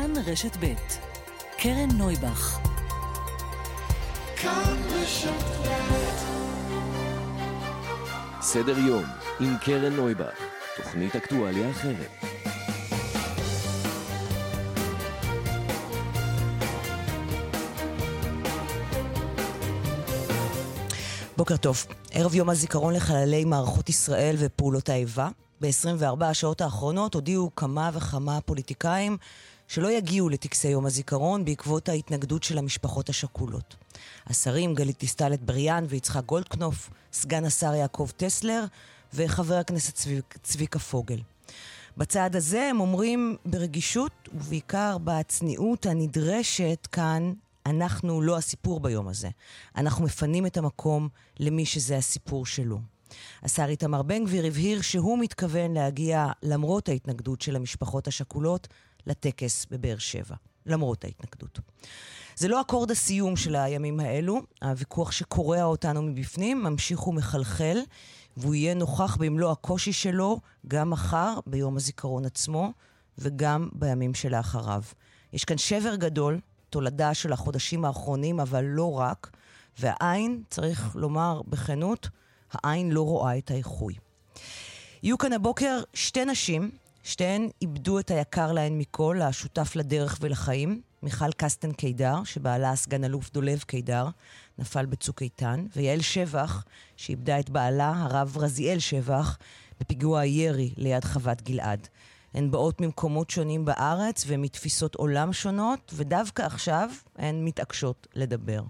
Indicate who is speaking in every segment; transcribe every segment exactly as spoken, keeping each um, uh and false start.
Speaker 1: כאן רשת ב' קרן נויבך. כאן רשת ב'.
Speaker 2: סדר יום עם קרן נויבך, תוכנית אקטואליה אחרת.
Speaker 3: בוקר טוב. ערב יום הזיכרון לחללי מערכות ישראל ופעולות האיבה. ב-עשרים וארבע השעות האחרונות הודיעו כמה וכמה פוליטיקאים שלא יגיעו לטקסי יום הזיכרון בעקבות ההתנגדות של המשפחות השכולות. השרים גלית דיסטל אטבריאן ויצחק גולדקנופ, סגן השר יעקב טסלר וחבר הכנסת צבי, צביקה פוגל. בצעד הזה הם אומרים ברגישות ובעיקר בצניעות הנדרשת כאן, אנחנו לא הסיפור ביום הזה. אנחנו מפנים את המקום למי שזה הסיפור שלו. השר איתמר בן גביר הבהיר שהוא מתכוון להגיע למרות ההתנגדות של המשפחות השכולות לטקס בבאר שבע. למרות ההתנגדות. זה לא אקורד הסיום של הימים האלו. הוויכוח שקורע אותנו מבפנים ממשיך ומחלחל, והוא יהיה נוכח במלוא הקושי שלו גם מחר ביום הזיכרון עצמו וגם בימים שלאחריו. יש כאן שבר גדול, תולדה של החודשים האחרונים, אבל לא רק, והעין, צריך לומר בכנות, העין לא רואה את האיחוי. יהיו כאן הבוקר שתי נשים, שתיהן איבדו את היקר להן מכל, השותף לדרך ולחיים, מיכל קסטן קידר, שבעלה סגן אלוף דולב קידר, נפל בצוק איתן, ויעל שבח, שאיבדה את בעלה, הרב רזיאל שבח, בפיגוע הירי ליד חוות גלעד. הן באות ממקומות שונים בארץ ומתפיסות עולם שונות, ודווקא עכשיו הן מתעקשות לדבר.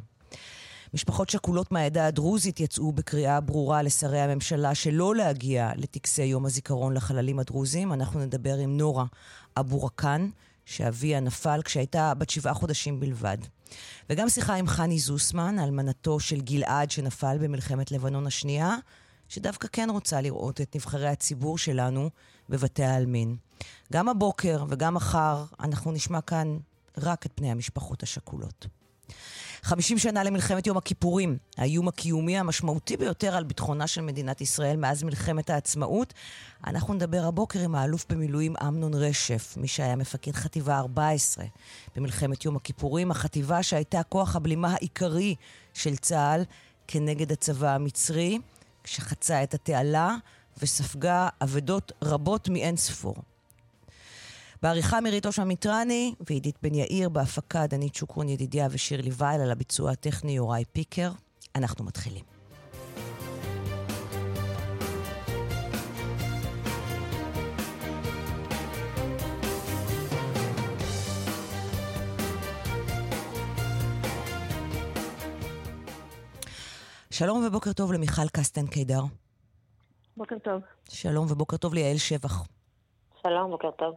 Speaker 3: משפחות שכולות מהעדה הדרוזית יצאו בקריאה ברורה לשרי הממשלה שלא להגיע לטקסי יום הזיכרון לחללים הדרוזים. אנחנו נדבר עם נורה אבו רקן, שאביה נפל כשהייתה בת שבעה חודשים בלבד. וגם שיחה עם חני זוסמן, אלמנתו של גלעד שנפל במלחמת לבנון השנייה, שדווקא כן רוצה לראות את נבחרי הציבור שלנו בבתי העלמין. גם הבוקר וגם מחר אנחנו נשמע כאן רק את פני המשפחות השכולות. חמישים שנה למלחמת יום הכיפורים, האיום הקיומי המשמעותי ביותר על ביטחונה של מדינת ישראל מאז מלחמת העצמאות. אנחנו נדבר הבוקר עם האלוף במילואים אמנון רשף, מי שהיה מפקד חטיבה ארבע עשרה במלחמת יום הכיפורים, החטיבה שהייתה כוח הבלימה העיקרי של צה"ל כנגד הצבא המצרי, שחצה את התעלה וספגה עבדות רבות מאין ספור. בעריכה מירית אושם מיטרני ועידית בן יאיר, בהפקה דנית שוקרון ידידיה ושיר ליבייל, על הביצוע הטכני יוראי פיקר. אנחנו מתחילים. שלום ובוקר טוב למיכל קסטן קידר.
Speaker 4: בוקר טוב.
Speaker 3: שלום ובוקר טוב ליעל שבח.
Speaker 4: שלום, בוקר טוב.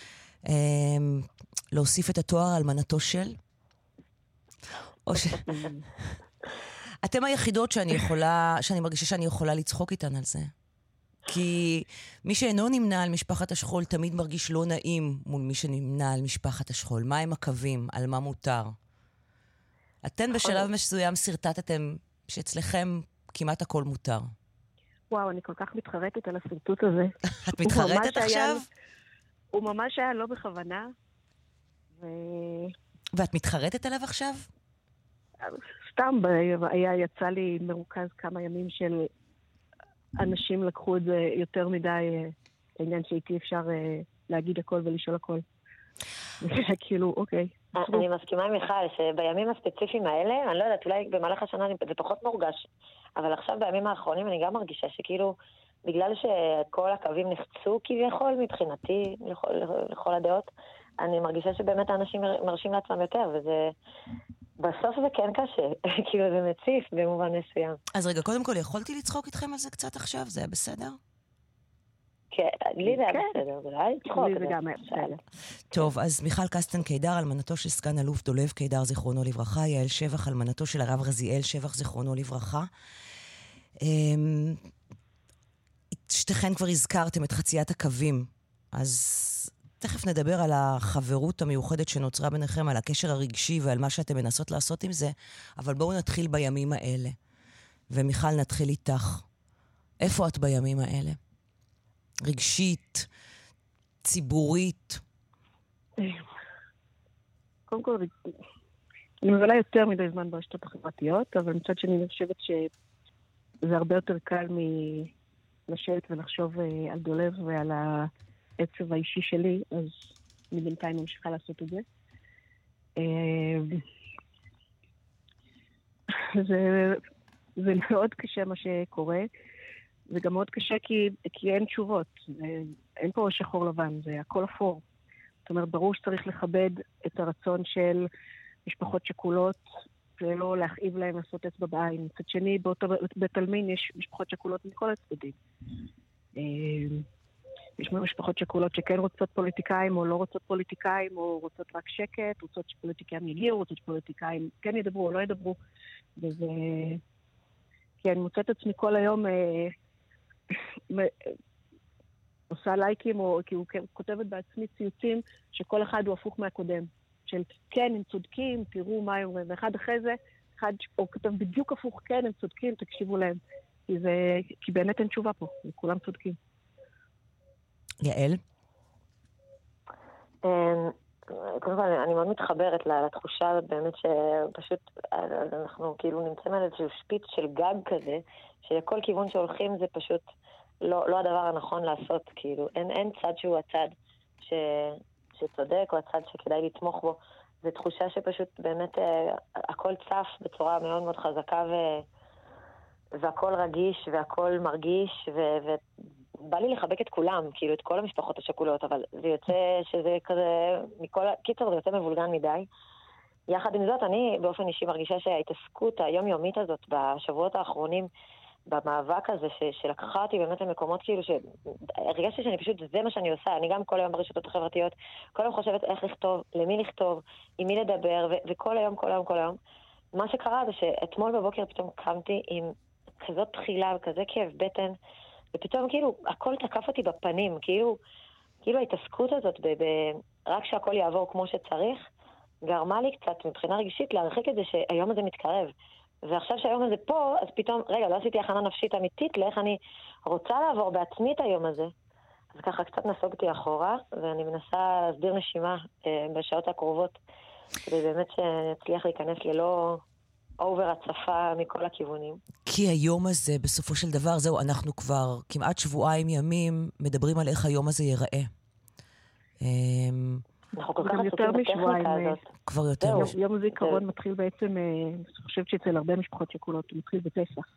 Speaker 3: להוסיף את התואר אלמנתו של? או ש... אתם היחידות שאני יכולה, שאני מרגישה שאני יכולה לצחוק איתן על זה. כי מי שאינו נמנה על משפחת השכול תמיד מרגיש לא נעים מול מי שנמנה על משפחת השכול. מה הם הקווים? על מה מותר? אתן בשלב מסוים סרטטתם שאצלכם כמעט הכל מותר.
Speaker 4: וואו, אני כל כך מתחרטת על הסרטוט הזה.
Speaker 3: את מתחרטת עכשיו?
Speaker 4: הוא ממש היה לא בכוונה. ו...
Speaker 3: ואת מתחרטת עליו עכשיו?
Speaker 4: סתם, היה, יצא לי מרוכז כמה ימים של אנשים לקחו את זה יותר מדי, העניין שהייתי אפשר להגיד הכל ולשאול הכל. כאילו, אוקיי.
Speaker 5: אני מסכימה עם מיכל שבימים הספציפיים האלה, אני לא יודעת, אולי במהלך השנה זה פחות מורגש, אבל עכשיו בימים האחרונים אני גם מרגישה שכאילו, בגלל שכל הקווים נחצו כביכול מבחינתי, לכל, לכל הדעות, אני מרגישה שבאמת האנשים מרשים לעצמם יותר, וזה, בסוף זה כן קשה, כאילו זה מציף במובן מסוים.
Speaker 3: אז רגע, קודם כל, יכולתי לצחוק איתכם על זה קצת עכשיו? זה היה בסדר?
Speaker 5: כן, לי זה היה בסדר, זה היה לצחוק.
Speaker 4: לי זה גם היה בסדר.
Speaker 3: טוב, אז מיכל קסטן קידר, אלמנתו של סגן אלוף דולב קידר, זיכרונו לברכה, יעל שבח, אלמנתו של הרב רזיאל שבח, זיכרונו לברכה. שתיכן כבר הזכרתם את חציית הקווים, אז תכף נדבר על החברות המיוחדת שנוצרה ביניכם, על הקשר הרגשי ועל מה שאתם מנסות לעשות עם זה, אבל בואו נתחיל בימים האלה. ומיכל, נתחיל איתך. איפה את בימים האלה? רגשית, ציבורית?
Speaker 4: קודם כל, אני מבלה יותר מדי זמן ברשתות החברתיות, אבל מצד שני אני חושבת שזה הרבה יותר קל מלשבת ולחשוב על דולב ועל העצב האישי שלי, אז אני בינתיים ממשיכה לעשות את זה. זה, זה מאוד קשה מה שקורה, זה גם מאוד קשה כי, כי אין תשובות, אין פה שחור לבן, זה הכל אפור. זאת אומרת, ברור שצריך לכבד את הרצון של משפחות שכולות, ולא להכאיב להם לעשות אצבע בעין. מצד שני, באותו בית עלמין יש משפחות שכולות מכל הצדדים. יש משפחות שכולות שכן רוצות פוליטיקאים או לא רוצות פוליטיקאים, או רוצות רק שקט, רוצות שפוליטיקאים יגיעו, רוצות שפוליטיקאים כן ידברו או לא ידברו. וזה... כי אני מוצאת עצמי כל היום אה, עושה לייקים, או כי הוא כותבת בעצמי ציוצים שכל אחד הוא הפוך מהקודם. של כן, הם צודקים, תראו מה הם אומרים. ואחד אחרי זה, אחד או כותב בדיוק הפוך, כן, הם צודקים, תקשיבו להם. כי, זה... כי באמת אין תשובה פה, כולם צודקים.
Speaker 3: יעל?
Speaker 5: קודם כל, אני מאוד מתחברת לתחושה הזאת באמת שפשוט אנחנו כאילו נמצאים על איזשהו שפיץ של גג כזה, שלכל כיוון שהולכים זה פשוט לא, לא הדבר הנכון לעשות, כאילו אין, אין צד שהוא הצד ש, שצודק או הצד שכדאי לתמוך בו. זו תחושה שפשוט באמת הכל צף בצורה מאוד מאוד חזקה ו, והכל רגיש והכל מרגיש ו, ו בא לי לחבק את כולם, כאילו את כל המשפחות השכולות, אבל זה יוצא שזה כזה, מכל, קיצור זה יוצא מבולגן מדי. יחד עם זאת, אני באופן אישי מרגישה שההתעסקות היומיומית הזאת בשבועות האחרונים, במאבק הזה ש, שלקחה אותי באמת למקומות כאילו שהרגשתי שאני פשוט, זה מה שאני עושה, אני גם כל היום ברשתות החברתיות, כל היום חושבת איך לכתוב, למי לכתוב, עם מי לדבר, ו- וכל היום, כל היום, כל היום. מה שקרה זה שאתמול בבוקר פתאום קמתי עם כזאת תחילה וכזה כאב בטן, ופתאום כאילו הכל תקף אותי בפנים, כאילו, כאילו ההתעסקות הזאת, ב- ב- רק שהכל יעבור כמו שצריך, גרמה לי קצת מבחינה רגשית להרחיק את זה שהיום הזה מתקרב. ועכשיו שהיום הזה פה, אז פתאום, רגע, לא עשיתי הכנה נפשית אמיתית לאיך אני רוצה לעבור בעצמי את היום הזה. אז ככה קצת נסוגתי אחורה, ואני מנסה להסדיר נשימה אה, בשעות הקרובות, כדי באמת שנצליח להיכנס ללא אובר הצפה מכל הכיוונים.
Speaker 3: כי היום הזה, בסופו של דבר, זהו, אנחנו כבר כמעט שבועיים ימים מדברים על איך היום הזה ייראה.
Speaker 5: אנחנו כל כך עסוקים בטכניקה הזאת.
Speaker 3: כבר יותר.
Speaker 4: יום הזיכרון מתחיל בעצם, אני חושבת שאצל הרבה משפחות שכולות, הוא מתחיל בפסח.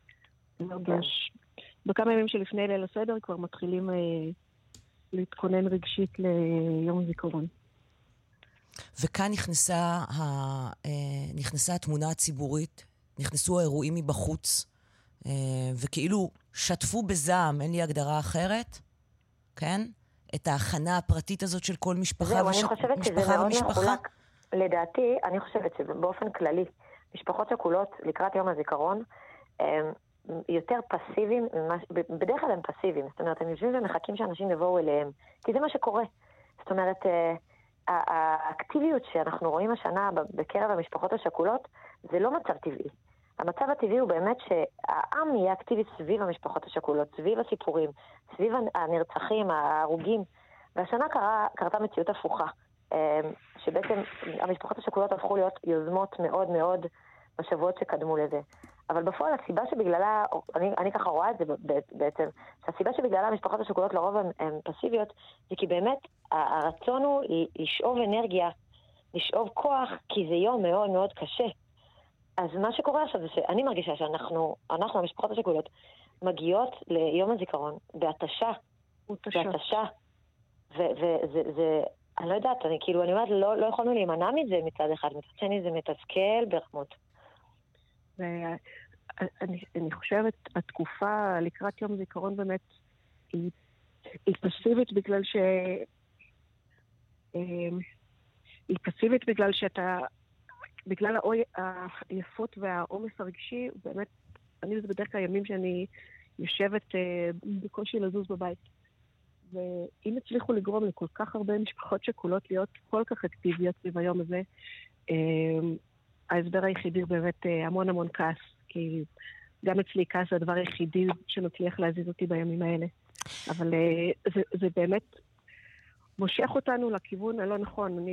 Speaker 4: בכמה ימים שלפני ליל הסדר כבר מתחילים להתכונן רגשית ליום הזיכרון.
Speaker 3: וכאן נכנסה, נכנסה התמונה הציבורית, נכנסו האירועים מבחוץ, וכאילו שתפו בזעם, אין לי הגדרה אחרת, כן? את ההכנה הפרטית הזאת של כל משפחה
Speaker 5: זהו,
Speaker 3: וש...
Speaker 5: אני חושבת שזה מאוד מחולק. לדעתי, אני חושבת שבאופן כללי, משפחות שכולות לקראת יום הזיכרון, הם יותר פסיביים, בדרך כלל הם פסיביים, זאת אומרת, הם יושבים ומחכים שאנשים יבואו אליהם, כי זה מה שקורה. זאת אומרת, האקטיביות שאנחנו רואים השנה בקרב המשפחות השכולות, זה לא מצב טבעי. המצב הטבעי הוא באמת שהעם יהיה אקטיבי סביב המשפחות השכולות, סביב הסיפורים, סביב הנרצחים, ההרוגים. והשנה קרה, קרתה מציאות הפוכה, שבעצם המשפחות השכולות הפכו להיות יוזמות מאוד מאוד בשבועות שקדמו לזה. אבל בפועל הסיבה שבגללה, אני, אני ככה רואה את זה בעצם, שהסיבה שבגללה המשפחות השכולות לרוב הן, הן פסיביות, זה כי באמת הרצון הוא לשאוב אנרגיה, לשאוב כוח, כי זה יום מאוד מאוד קשה. אז מה שקורה עכשיו זה שאני מרגישה שאנחנו, אנחנו, המשפחות השכולות, מגיעות ליום הזיכרון בהתשה, בהתשה, וזה, זה, אני לא יודעת, אני כאילו, אני אומרת, לא, לא יכולנו להימנע מזה מצד אחד, מצד שני זה מתסכל ברמות.
Speaker 4: ואני, אני חושבת, התקופה לקראת יום זיכרון באמת היא, היא פסיבית בגלל ש... היא פסיבית בגלל שאתה... בגלל היפות והעומס הרגשי, באמת, אני זה בדרך כלל ימים שאני יושבת אה, בקושי לזוז בבית. ואם הצליחו לגרום לכל כך הרבה משפחות שכולות להיות כל כך אקטיביות סביב היום הזה, אה, ההסבר היחידי הוא באמת אה, המון המון כעס, כי גם אצלי כעס זה הדבר היחידי שנצליח להזיז אותי בימים האלה. אבל אה, זה, זה באמת מושך אותנו לכיוון הלא נכון. אני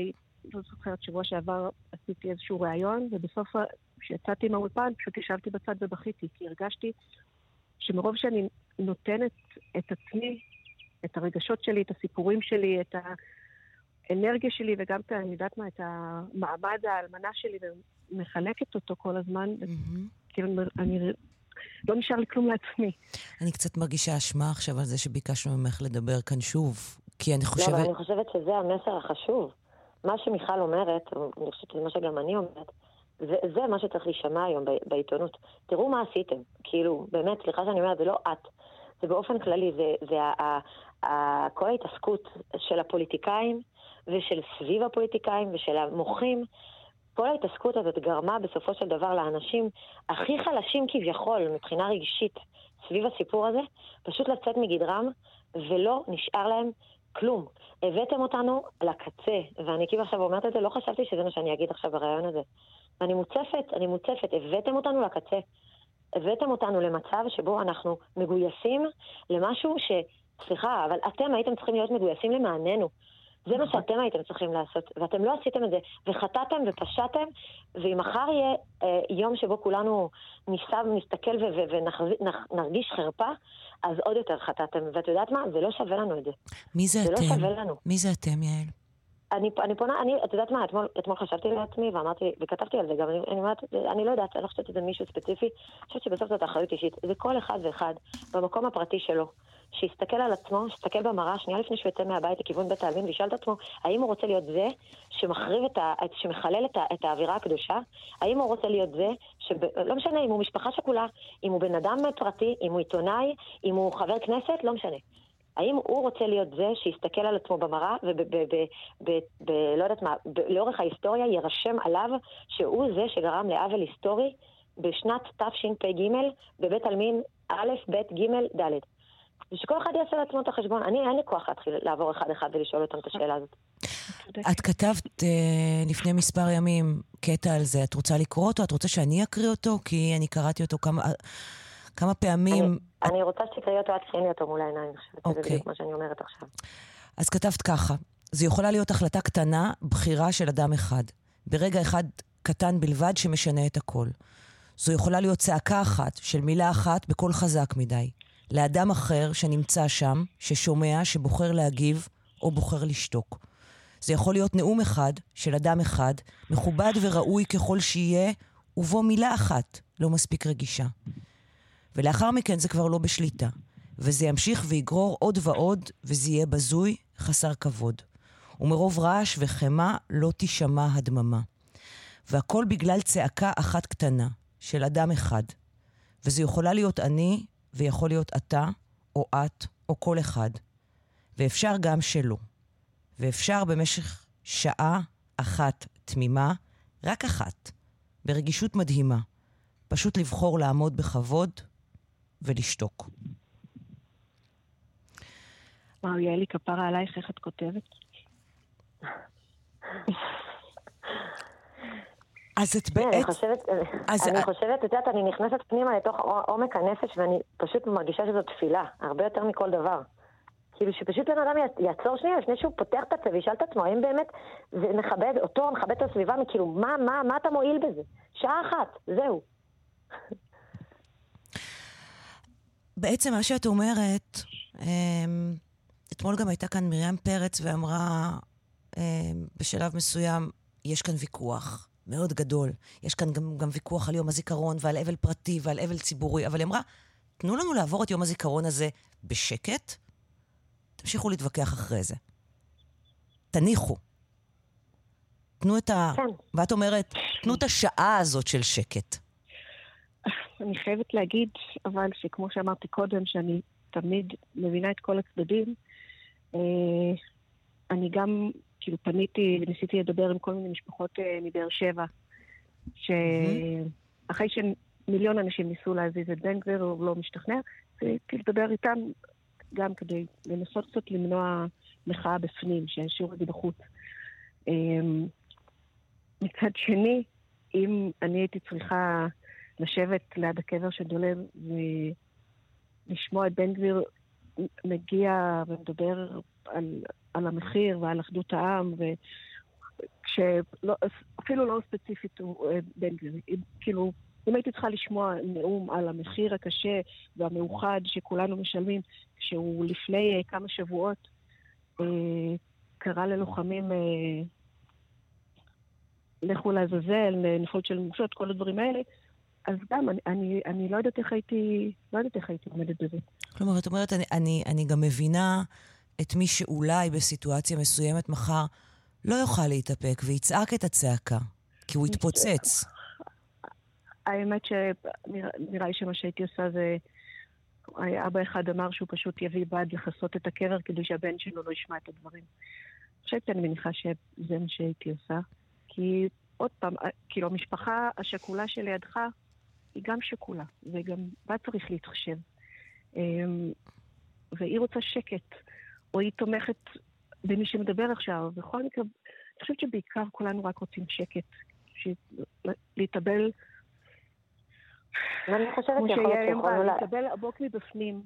Speaker 4: לא זוכרת, שבוע שעבר עשיתי איזשהו ראיון, ובסוף כשיצאתי מהאולפן, פשוט ישבתי בצד ובכיתי, כי הרגשתי שמרוב שאני נותנת את עצמי, את הרגשות שלי, את הסיפורים שלי, את האנרגיה שלי, וגם את, אני יודעת מה, את המעמד האלמנה שלי, ומחלקת אותו כל הזמן, mm-hmm. כאילו אני לא נשאר לי כלום לעצמי.
Speaker 3: אני קצת מרגישה אשמה עכשיו על זה שביקשנו ממך לדבר כאן שוב, כי אני חושבת...
Speaker 5: לא, אבל אני חושבת שזה המסר החשוב. מה שמיכל אומרת, אני חושבת שזה מה שגם אני אומרת, זה, זה מה שצריך להישמע היום בעיתונות. תראו מה עשיתם. כאילו, באמת, סליחה שאני אומרת, זה לא את. זה באופן כללי, זה, זה ה, ה, כל ההתעסקות של הפוליטיקאים, ושל סביב הפוליטיקאים, ושל המוחים, כל ההתעסקות הזאת גרמה בסופו של דבר לאנשים הכי חלשים כביכול, מבחינה רגשית, סביב הסיפור הזה, פשוט לצאת מגדרם, ולא נשאר להם כלום. הבאתם אותנו לקצה, ואני כאילו עכשיו אומרת את זה, לא חשבתי שזה מה שאני אגיד עכשיו ברעיון הזה. ואני מוצפת, אני מוצפת, הבאתם אותנו לקצה. הבאתם אותנו למצב שבו אנחנו מגויסים למשהו ש... סליחה, אבל אתם הייתם צריכים להיות מגויסים למעננו. זה מה שאתם הייתם צריכים לעשות, ואתם לא עשיתם את זה, וחטאתם ופשעתם, ואם מחר יהיה אה, יום שבו כולנו ניסב, נסתכל ונרגיש חרפה, אז עוד יותר חטאתם, ואת יודעת מה? זה לא שווה לנו את זה.
Speaker 3: מי זה,
Speaker 5: זה
Speaker 3: אתם?
Speaker 5: לא שווה לנו.
Speaker 3: מי זה אתם, יעל?
Speaker 5: אני, אני פונה, אני, את יודעת מה, אתמול, אתמול חשבתי לעצמי ואמרתי, וכתבתי על זה גם, אני, אני אומרת, אני לא יודעת, אני לא חושבת שזה מישהו ספציפי, אני חושבת שבסוף זאת אחריות אישית, זה כל אחד ואחד, במקום הפרטי שלו, שיסתכל על עצמו, שיסתכל במראה, שנייה לפני שהוא יצא מהבית לכיוון בית העלמין, וישאל את עצמו, האם הוא רוצה להיות זה שמחריב את ה, שמחלל את, ה, את האווירה הקדושה? האם הוא רוצה להיות זה, שב, לא משנה אם הוא משפחה שכולה, אם הוא בן אדם פרטי, אם הוא עיתונאי, אם הוא חבר כנסת, לא משנה. האם הוא רוצה להיות זה שיסתכל על עצמו במראה, ולא יודעת מה, לאורך ההיסטוריה ירשם עליו שהוא זה שגרם לעוול היסטורי בשנת תשפ"ג בבית עלמין א', ב', ג', ד'. ושכל אחד יעשה לעצמו את החשבון. אני אין לי כוח להתחיל לעבור אחד אחד ולשאול אותם את השאלה הזאת.
Speaker 3: את כתבת לפני מספר ימים קטע על זה. את רוצה לקרוא אותו? את רוצה שאני אקריא אותו? כי אני קראתי אותו כמה... כמה פעמים...
Speaker 5: אני, אני רוצה שתקראי אותו, את תכיני אותו מול העיניים.
Speaker 3: אוקיי.
Speaker 5: זה בדיוק מה שאני אומרת עכשיו.
Speaker 3: אז כתבת ככה, זו יכולה להיות החלטה קטנה, בחירה של אדם אחד. ברגע אחד קטן בלבד שמשנה את הכל. זו יכולה להיות צעקה אחת, של מילה אחת, בקול חזק מדי. לאדם אחר שנמצא שם, ששומע, שבוחר להגיב, או בוחר לשתוק. זה יכול להיות נאום אחד, של אדם אחד, מכובד וראוי ככל שיהיה, ובו מילה אחת, לא מספיק רגישה. ולאחר מכן זה כבר לא בשליטה, וזה ימשיך ויגרור עוד ועוד, וזה יהיה בזוי, חסר כבוד. ומרוב רעש וחמה לא תשמע הדממה. והכל בגלל צעקה אחת קטנה, של אדם אחד. וזה יכולה להיות אני, ויכול להיות אתה, או את, או כל אחד. ואפשר גם שלא. ואפשר במשך שעה אחת תמימה, רק אחת, ברגישות מדהימה. פשוט לבחור לעמוד בכבוד, ולשתוק.
Speaker 4: וואו, יעלי, כפרה עלייך, איך את כותבת?
Speaker 3: אז את בעת...
Speaker 5: אני חושבת, אני חושבת, את יודעת, אני נכנסת פנימה לתוך עומק הנפש, ואני פשוט מרגישה שזו תפילה, הרבה יותר מכל דבר. כאילו שפשוט בן אדם יעצור שנייה, לפני שהוא פותח את זה וישאל את עצמו, האם באמת זה מכבד אותו, מכבד את הסביבה, כאילו, מה, מה, מה אתה מועיל בזה? שעה אחת, זהו.
Speaker 3: בעצם מה שאת אומרת, אתמול גם הייתה כאן מרים פרץ ואמרה, בשלב מסוים, יש כאן ויכוח מאוד גדול. יש כאן גם, גם ויכוח על יום הזיכרון ועל אבל פרטי ועל אבל ציבורי, אבל היא אמרה, תנו לנו לעבור את יום הזיכרון הזה בשקט, תמשיכו להתווכח אחרי זה. תניחו. תנו את ה...
Speaker 5: כן.
Speaker 3: ואת אומרת, תנו את השעה הזאת של שקט.
Speaker 4: אני חייבת להגיד, אבל שכמו שאמרתי קודם, שאני תמיד מבינה את כל הצדדים, אני גם כאילו פניתי וניסיתי לדבר עם כל מיני משפחות מבאר שבע, שאחרי שמיליון אנשים ניסו להזיז את בן גביר, הוא לא משתכנע, כאילו לדבר איתם גם כדי לנסות קצת למנוע מחאה בפנים, שהשיעור הזה בחוץ. מצד שני, אם אני הייתי צריכה לשבת ליד הקבר של דולב ולשמוע את בן גביר מגיע ומדבר על, על המחיר ועל אחדות העם, כשלא, אפילו לא ספציפית הוא בן גביר, כאילו, אם הייתי צריכה לשמוע נאום על המחיר הקשה והמאוחד שכולנו משלמים, שהוא לפני כמה שבועות אה, קרא ללוחמים אה, לכו לעזאזל, נפות של מוקשות, כל הדברים האלה, אז גם אני, אני, אני לא יודעת איך הייתי, לא יודעת איך הייתי עומדת בזה.
Speaker 3: כלומר, את אומרת, אני, אני, אני גם מבינה את מי שאולי בסיטואציה מסוימת מחר לא יוכל להתאפק ויצעק את הצעקה, כי הוא יתפוצץ.
Speaker 4: האמת שנראה לי שמה שהייתי עושה זה, אבא אחד אמר שהוא פשוט יביא בד לחסות את הקרר כדי שהבן שלו לא ישמע את הדברים. חושבת אני מניחה שזה מה שהייתי עושה, כי עוד פעם, כאילו המשפחה השכולה שלידך היא גם שקולה, וגם בה צריך להתחשב. והיא רוצה שקט, או היא תומכת במי שמדבר עכשיו. בכל מקרה, אני חושבת שבעיקר כולנו רק רוצים שקט, להתאבל,
Speaker 5: ואני חושבת שיכול להיות שיכולנו...
Speaker 4: להתאבל עמוק מבפנים.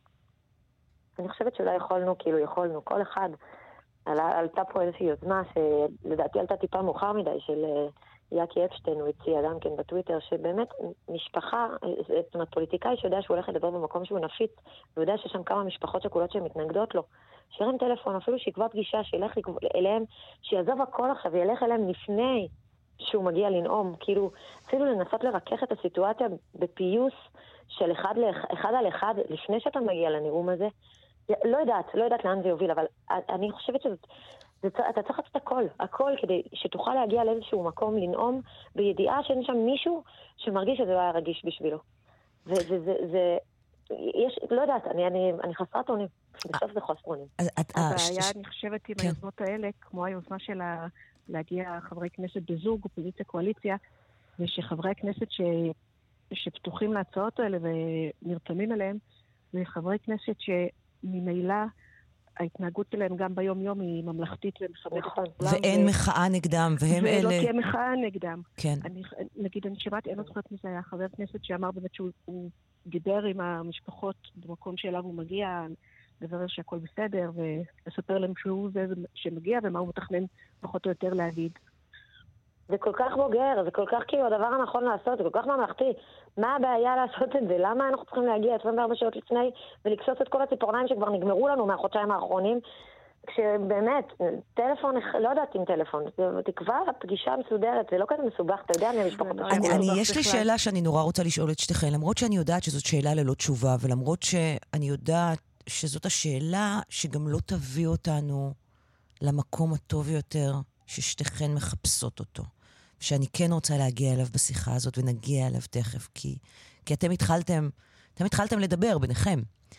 Speaker 5: אני חושבת שאולי יכולנו, כאילו יכולנו, כל אחד, עלתה פה איזושהי יוזמה שלדעתי עלתה טיפה מאוחר מדי, של יאקי אפשטיין, הוא הציע גם כן בטוויטר, שבאמת משפחה, זאת אומרת פוליטיקאי שיודע שהוא הולך לדבר במקום שהוא נפיץ, ויודע שיש שם כמה משפחות שכולות שמתנגדות לו, שירים טלפון, אפילו שיקבע פגישה, שילך אליהם, שיעזוב הכל עכשיו, וילך אליהם לפני שהוא מגיע לנאום, כאילו אפילו לנסות לרכך את הסיטואציה בפיוס של אחד, אחד על אחד, לפני שאתה מגיע לנאום הזה, לא יודעת, לא יודעת לאן זה יוביל, אבל אני חושבת שזה, זה, אתה צריך לעשות הכל, הכל כדי שתוכל להגיע לאיזשהו מקום לנאום, בידיעה שאין שם מישהו שמרגיש שזה לא היה רגיש בשבילו. וזה, זה, זה, יש, לא יודעת, אני, אני, אני חסרת עונים. בסוף זה חוסר עונים.
Speaker 4: הבעיה, אני חושבת עם היוזמות האלה, כמו היוזמה של להגיע חברי כנסת בזוג, אופוזיציה, קואליציה, ושחברי הכנסת ש, שפתוחים להצעות האלה ונרתמים אליהם, וחברי כנסת שממילא ההתנהגות שלהם גם ביום יום היא ממלכתית ומכבדת.
Speaker 3: ואין מחאה נגדם, והם אלה...
Speaker 4: ולא תהיה מחאה נגדם.
Speaker 3: כן.
Speaker 4: אני, נגיד, אני שמעתי, אין עוד זוכרת מי זה היה חבר כנסת שאמר באמת שהוא דיבר עם המשפחות במקום שאליו הוא מגיע, דבר שהכל בסדר, ולספר להם שהוא זה שמגיע ומה הוא מתכנן פחות או יותר להגיד.
Speaker 5: זה כל כך בוגר, זה כל כך כאילו הדבר הנכון לעשות, זה כל כך ממלכתי. מה הבעיה לעשות את זה? למה אנחנו צריכים להגיע עשרים וארבע שעות לפני ולקסוס את כל הציפורניים שכבר נגמרו לנו מהחודשיים האחרונים? כשבאמת, טלפון, לא יודעת עם טלפון, תקווה פגישה מסודרת, זה לא כזה מסובך, אתה יודע, מהמשפחות השכולות.
Speaker 3: אני, יש לי שאלה שאני נורא רוצה לשאול את שתיכן, למרות שאני יודעת שזאת שאלה ללא תשובה, ולמרות שאני יודעת שזאת השאלה שגם לא תביא אותנו למקום הטוב יותר ששתיכן מחפשות אותו. שאני כן רוצה להגיע אליו בשיחה הזאת, ונגיע אליו תכף, כי, כי אתם התחלתם, אתם התחלתם לדבר ביניכם.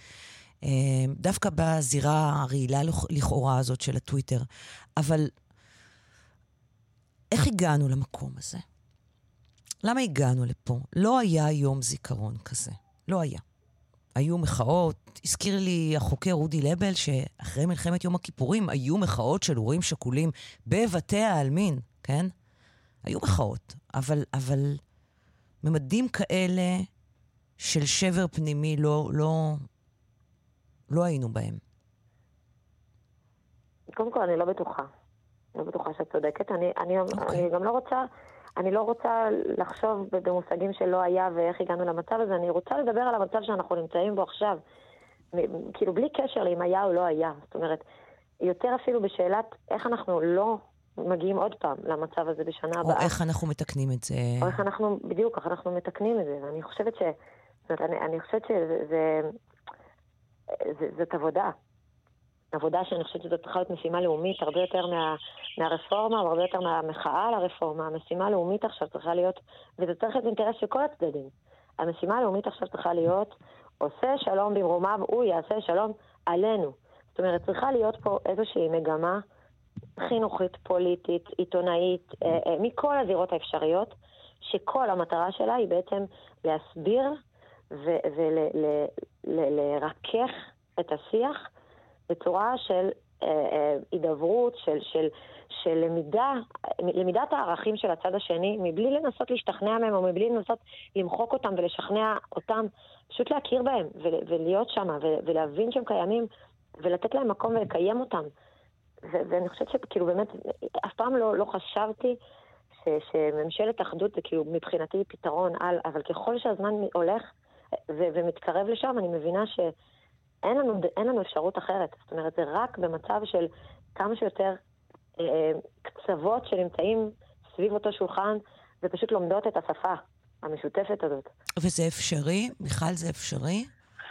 Speaker 3: דווקא בזירה הרעילה לכאורה הזאת של הטוויטר. אבל איך הגענו למקום הזה? למה הגענו לפה? לא היה יום זיכרון כזה. לא היה. היו מחאות, הזכיר לי החוקר אודי לבל, שאחרי מלחמת יום הכיפורים היו מחאות של הורים שכולים בבתי העלמין, כן? היו מחאות, אבל, אבל ממדים כאלה של שבר פנימי לא, לא, לא היינו בהם.
Speaker 5: קודם כל, אני לא בטוחה. אני לא בטוחה שאת צודקת. אני, אני, okay. אני גם לא רוצה, אני לא רוצה לחשוב במושגים שלא היה ואיך הגענו למצב הזה. אני רוצה לדבר על המצב שאנחנו נמצאים בו עכשיו. כאילו, בלי קשר לאם היה או לא היה. זאת אומרת, יותר אפילו בשאלת איך אנחנו לא מגיעים עוד פעם למצב הזה בשנה הבאה.
Speaker 3: או איך אנחנו מתקנים את זה.
Speaker 5: או איך אנחנו, בדיוק, איך אנחנו מתקנים את זה. ואני חושבת ש... זאת אומרת, אני, אני חושבת שזה... זה, זה, זאת עבודה. עבודה שאני חושבת שזאת צריכה להיות משימה לאומית, הרבה יותר מה, מהרפורמה, הרבה יותר מהמחאה על הרפורמה. המשימה הלאומית עכשיו צריכה להיות, וזה צריך להיות אינטרס של כל הצדדים. המשימה הלאומית עכשיו צריכה להיות, עושה שלום במרומיו, הוא יעשה שלום עלינו. זאת אומרת, צריכה להיות פה איזושהי מגמה חינוכית, פוליטית, עיתונאית, אה, אה, מכל הזירות האפשריות, שכל המטרה שלה היא בעצם להסביר ולרכך את השיח בצורה של אה, אה, הידברות, של, של, של למידה, למידת הערכים של הצד השני, מבלי לנסות להשתכנע מהם, או מבלי לנסות למחוק אותם ולשכנע אותם, פשוט להכיר בהם ול, ולהיות שם, ו, ולהבין שהם קיימים, ולתת להם מקום ולקיים אותם. ו- ואני חושבת שכאילו באמת, אף פעם לא, לא חשבתי ש- שממשלת אחדות זה כאילו מבחינתי פתרון על, אבל ככל שהזמן הולך ו- ומתקרב לשם, אני מבינה שאין לנו, אין לנו אפשרות אחרת. זאת אומרת, זה רק במצב של כמה שיותר אה, קצוות שנמצאים סביב אותו שולחן, ופשוט לומדות את השפה המשותפת הזאת.
Speaker 3: וזה אפשרי? מיכל, זה אפשרי?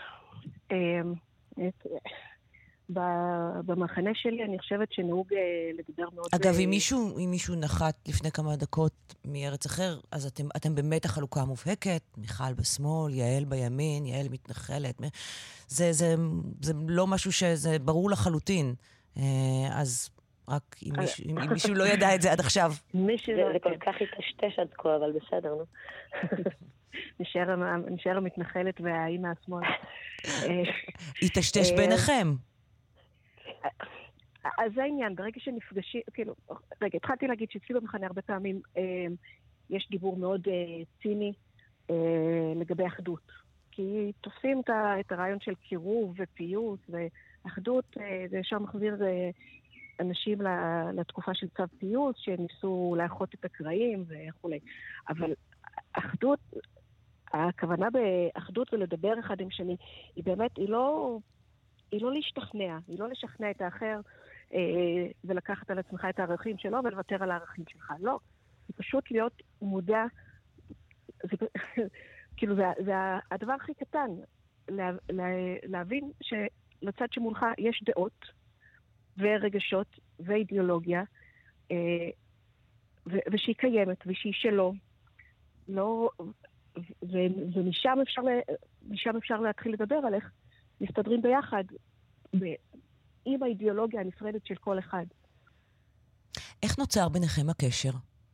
Speaker 4: במחנה שלי אני חושבת שנהוג לדבר מאוד...
Speaker 3: אגב, אם מישהו, אם מישהו נחת לפני כמה דקות מארץ אחר, אז אתם, אתם באמת החלוקה המובהקת, מיכל בשמאל, יעל בימין, יעל מתנחלת. זה, זה, זה לא משהו שזה ברור לחלוטין. אז רק אם מישהו, אם מישהו לא ידע את זה עד עכשיו.
Speaker 5: זה כל כך התשתש עד כה, אבל בסדר, נו.
Speaker 4: נשאר המתנחלת והאימא השמאל.
Speaker 3: התשתש ביניכם.
Speaker 4: אז זה העניין, ברגע שנפגשים, כאילו, רגע, התחלתי להגיד שאצלי במחנה הרבה פעמים יש דיבור מאוד ציני לגבי אחדות. כי תופסים את הרעיון של קירוב ופיוס ואחדות, זה ישר מחזיר אנשים לתקופה של צו פיוס, שניסו לאחות את הקרעים וכו'. אבל אחדות, הכוונה באחדות ולדבר אחד עם שני, היא באמת, היא לא, היא לא להשתכנע, היא לא לשכנע את האחר אה, ולקחת על עצמך את הערכים שלו ולוותר על הערכים שלך. לא, היא פשוט להיות מודע, זה, כאילו זה, זה הדבר הכי קטן, לה, לה, להבין שלצד שמולך יש דעות ורגשות ואידיאולוגיה, אה, ו, ושהיא קיימת ושהיא שלו, לא... ו- ומשם אפשר, משם אפשר להתחיל לדבר על איך מסתדרים ביחד עם האידיאולוגיה הנפרדת של כל אחד.
Speaker 3: איך נוצר ביניכם הקשר?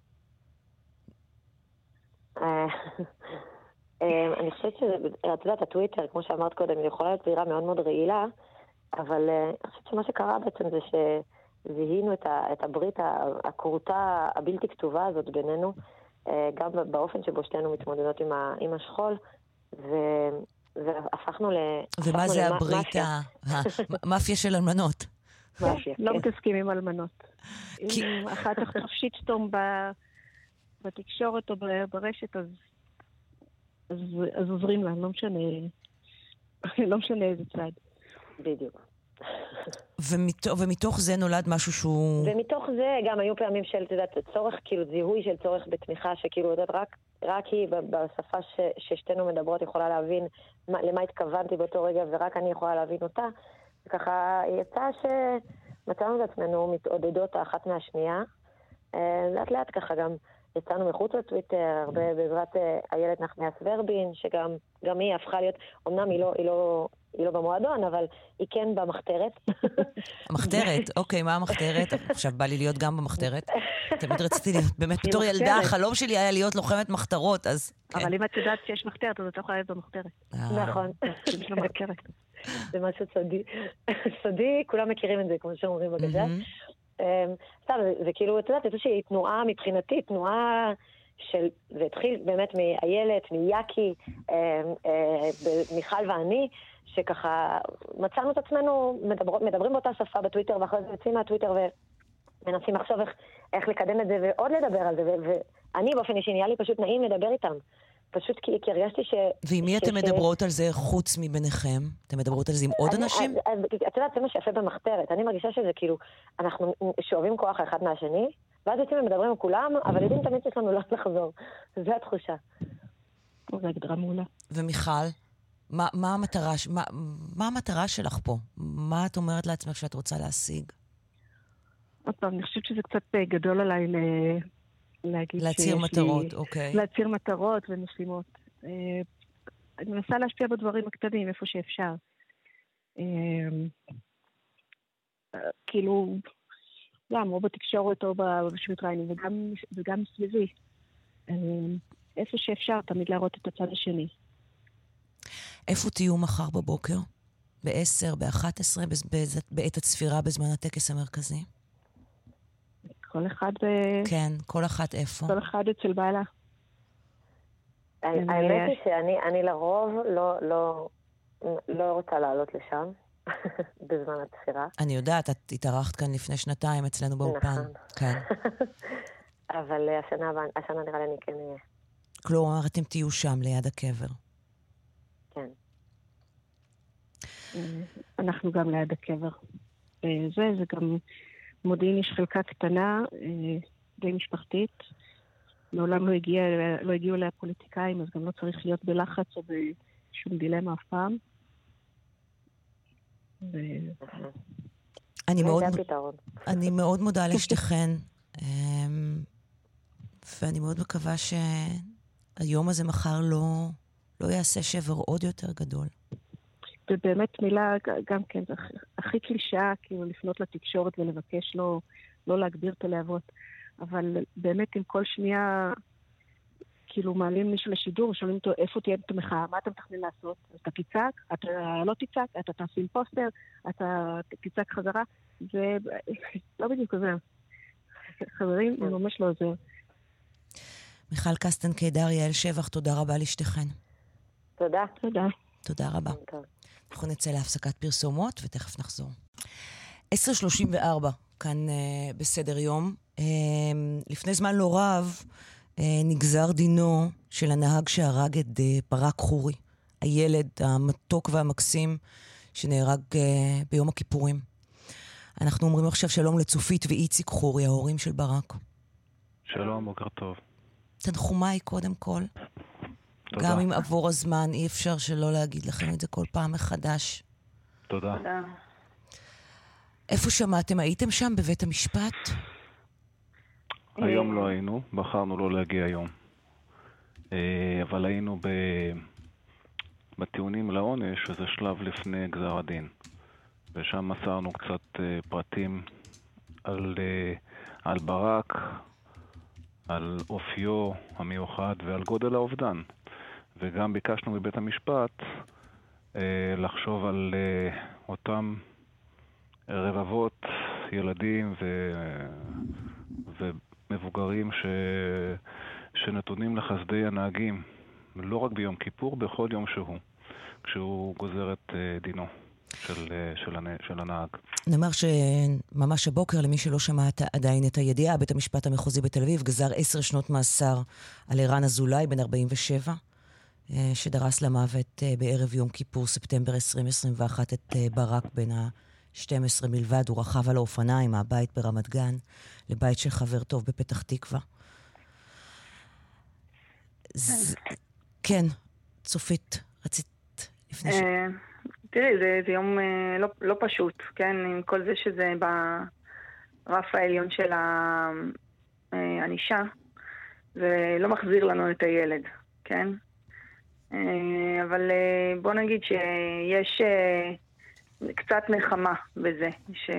Speaker 5: אני חושבת שזה, את יודעת, הטוויטר, כמו שאמרת קודם, היא יכולה להיות זירה מאוד מאוד רעילה, אבל אני חושבת שמה שקרה בעצם זה שזיהינו את הברית, הקורתה הבלתי כתובה הזאת בינינו, גם באופן שבו שתינו מתמודדות עם, ה, עם השכול, ו, והפכנו ל...
Speaker 3: ומה זה הברית, המאפיה של אלמנות?
Speaker 5: מאפיה,
Speaker 4: לא
Speaker 5: כן.
Speaker 4: מתעסקים עם אלמנות. אם אחת תחטוף שיטסטורם בתקשורת או ברשת, אז, אז, אז עוזרים לה, לא משנה, לא משנה איזה צד.
Speaker 5: בדיוק.
Speaker 3: ומתוך, ומתוך זה נולד משהו שהוא...
Speaker 5: ומתוך זה גם היו פעמים של, אתה יודעת, צורך, כאילו זיהוי של צורך בתמיכה, שכאילו, אתה יודעת, רק, רק היא בשפה ש, ששתינו מדברות יכולה להבין מה, למה התכוונתי באותו רגע, ורק אני יכולה להבין אותה. וככה יצא שמצאנו את עצמנו מתעודדות האחת מהשנייה. לאט לאט ככה גם יצאנו מחוץ לטוויטר, הרבה בעזרת איילת נחמיאס ורבין, שגם גם היא הפכה להיות, אמנם היא לא... היא לא היא לא במועדון, אבל היא כן במחתרת.
Speaker 3: המחתרת? אוקיי, מה המחתרת? עכשיו בא לי להיות גם במחתרת. תמיד רציתי להיות, באמת בתור ילדה, החלום שלי היה להיות לוחמת מחתרות, אז...
Speaker 4: אבל אם את יודעת שיש מחתרת, אז את לא יכולה להיות במחתרת.
Speaker 5: נכון. זה משהו סודי. סודי, כולם מכירים את זה, כמו שאומרים בגזל. סתם, זה כאילו, את יודעת, איזושהי תנועה מבחינתי, תנועה... של, והתחיל באמת מאיילת, מיאקי, מיכל ואני, שככה מצאנו את עצמנו, מדבר, מדברים באותה שפה בטוויטר, ואחרי זה יוצאים מהטוויטר ומנסים לחשוב איך, איך לקדם את זה ועוד לדבר על זה, ואני באופן אישי נהיה לי פשוט נעים לדבר איתם. פשוט כי, כי הרגשתי ש...
Speaker 3: ועם מי
Speaker 5: ש,
Speaker 3: אתם
Speaker 5: ש...
Speaker 3: מדברות על זה חוץ מביניכם? אתם מדברות על זה עם עוד
Speaker 5: אני,
Speaker 3: אנשים?
Speaker 5: אז, אז, את יודעת, זה מה שיפה במחתרת. אני מרגישה שזה כאילו, אנחנו שואבים כוח האחד מהשני, ואז יוצאים ומדברים עם כולם, אבל יודעים תמיד שיש לנו לא לחזור. זו התחושה.
Speaker 4: זו הגדרה מעולה.
Speaker 3: ומיכל, מה, מה המטרה, מה, מה המטרה שלך פה? מה את אומרת לעצמך שאת רוצה להשיג?
Speaker 4: עוד פעם, אני חושבת שזה קצת גדול עליי ל... להגיד
Speaker 3: להציר מטרות, לי... אוקיי.
Speaker 4: להציר מטרות ומשימות. אני מנסה להשפיע בדברים הקטנים, איפה שאפשר. כאילו... גם, או בתקשורת או בשמתריינים, וגם, וגם סביבי. איפה שאפשר, תמיד להראות את הצד השני.
Speaker 3: איפה תהיו מחר בבוקר? בעשר, באחת עשרה, בעת הצפירה בזמן הטקס המרכזי?
Speaker 4: כל אחד ב...
Speaker 3: כן, כל אחת איפה?
Speaker 4: כל אחד אצל בעלה.
Speaker 5: האמת היא שאני לרוב לא רוצה לעלות לשם. בזמן התפירה.
Speaker 3: אני יודעת, את התארחת כאן לפני שנתיים אצלנו באופן.
Speaker 5: נכון.
Speaker 3: כן.
Speaker 5: אבל השנה, השנה נראה לי אני כן אהיה.
Speaker 3: כלומר, אתם תהיו שם ליד הקבר.
Speaker 5: כן.
Speaker 4: אנחנו גם ליד הקבר. זה, זה גם מודיעין, יש חלקה קטנה, די משפחתית. מעולם לא הגיע, לא הגיעו אליה פוליטיקאים, אז גם לא צריך להיות בלחץ או בשום דילמה אף פעם.
Speaker 3: אני מאוד, אני מאוד מודה לשתיכן, ואני מאוד מקווה שהיום הזה מחר לא, לא יעשה שבר עוד יותר גדול.
Speaker 4: ובאמת מילה, גם כן, זה הכי קלישאה, כאילו לפנות לתקשורת ולבקש לא, לא להגביר את הלהבות. אבל באמת עם כל שנייה, כאילו מעלים מישהו לשידור, שואלים אותו איפה תהיה את המחאה, מה אתה מתכנן לעשות? אתה תצעק, אתה לא תצעק, אתה תשים פוסטר, אתה תצעק חזרה, זה לא בדיוק עוזר. חברים, זה ממש לא עוזר.
Speaker 3: מיכל קסטן קידר, יעל שבח, תודה רבה לשתיכן.
Speaker 5: תודה.
Speaker 4: תודה.
Speaker 3: תודה רבה. אנחנו נצא להפסקת פרסומות ותכף נחזור. עשר שלושים וארבע, כאן uh, בסדר יום. Uh, לפני זמן לא רב uh, נגזר דינו של הנהג שהרג את uh, ברק חורי, הילד המתוק והמקסים שנהרג uh, ביום הכיפורים. אנחנו אומרים עכשיו שלום לצופית ואיציק חורי, ההורים של ברק.
Speaker 6: שלום, בוקר טוב.
Speaker 3: תנחומיי קודם כל.
Speaker 6: תודה.
Speaker 3: גם אם עבור הזמן אי אפשר שלא להגיד לכם את זה כל פעם מחדש.
Speaker 6: תודה.
Speaker 5: תודה.
Speaker 3: איפה שמעתם? הייתם שם בבית המשפט?
Speaker 6: היום לא היינו, בחרנו לא להגיע היום. אבל היינו בטיעונים לעונש, וזה שלב לפני גזר הדין. ושם מסרנו קצת פרטים על, על ברק, על אופיו המיוחד ועל גודל האובדן. וגם ביקשנו מבית המשפט לחשוב על אותם רבבות ילדים ו... ומבוגרים ש... שנתונים לחסדי הנהגים, לא רק ביום כיפור, בכל יום שהוא, כשהוא גוזר את דינו של, של, הנ... של הנהג.
Speaker 3: נאמר שממש הבוקר, למי שלא שמע עדיין את הידיעה, בית המשפט המחוזי בתל אביב גזר עשר שנות מאסר על ערן אזולאי, בן ארבעים ושבע, שדרס למוות בערב יום כיפור, ספטמבר עשרים עשרים ואחת, את ברק בן ה-שתים עשרה מלבד. הוא רכב על האופניים מהבית ברמת גן לבית של חבר טוב בפתח תקווה. כן, צופית, רצית לפני ש...
Speaker 7: תראי, זה יום לא פשוט, כן? עם כל זה שזה ברף העליון של האנישה, זה לא מחזיר לנו את הילד, כן? אבל בוא נגיד שיש קצת נחמה בזה,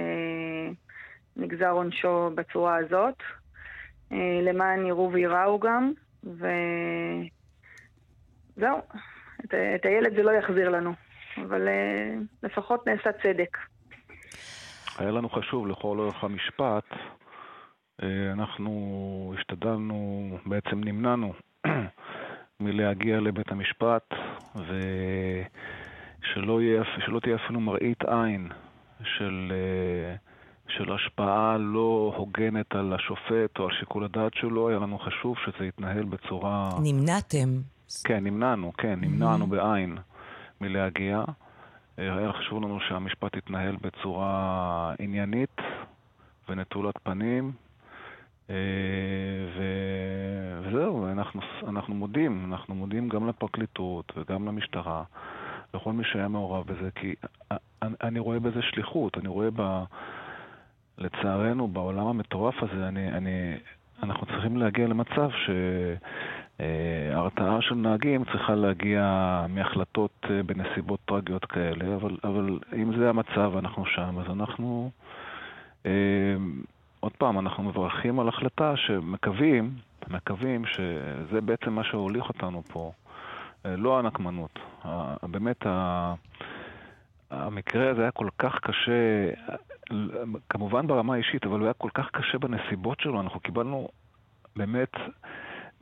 Speaker 7: שנגזר עונשו בצורה הזאת, למען יראו ויראו גם, וזהו, את, את הילד זה לא יחזיר לנו, אבל לפחות נעשה צדק.
Speaker 6: היה לנו חשוב לכל אורך המשפט, אנחנו השתדלנו, בעצם נמנענו מלהגיע לבית המשפט, ושלא יהיה, שלא תהיה אפילו מראית עין של, של השפעה לא הוגנת על השופט או על שיקול הדעת שלו. היה לנו חשוב שזה יתנהל בצורה...
Speaker 3: נמנעתם.
Speaker 6: כן, נמנענו, כן, נמנענו mm-hmm. בעין מלהגיע. היה חשוב לנו שהמשפט יתנהל בצורה עניינית ונטולת פנים. ו... וזהו, אנחנו, אנחנו מודים, אנחנו מודים גם לפרקליטות וגם למשטרה, לכל מי שהיה מעורב בזה, כי אני, אני רואה בזה שליחות, אני רואה ב... לצערנו בעולם המטורף הזה, אני, אני, אנחנו צריכים להגיע למצב שההרתעה של נהגים צריכה להגיע מהחלטות בנסיבות טרגיות כאלה, אבל, אבל אם זה המצב אנחנו שם, אז אנחנו... עוד פעם, אנחנו מברכים על החלטה שמקווים, מקווים שזה בעצם מה שהוליך אותנו פה, לא הנקמנות. באמת, המקרה הזה היה כל כך קשה, כמובן ברמה האישית, אבל הוא היה כל כך קשה בנסיבות שלו. אנחנו קיבלנו באמת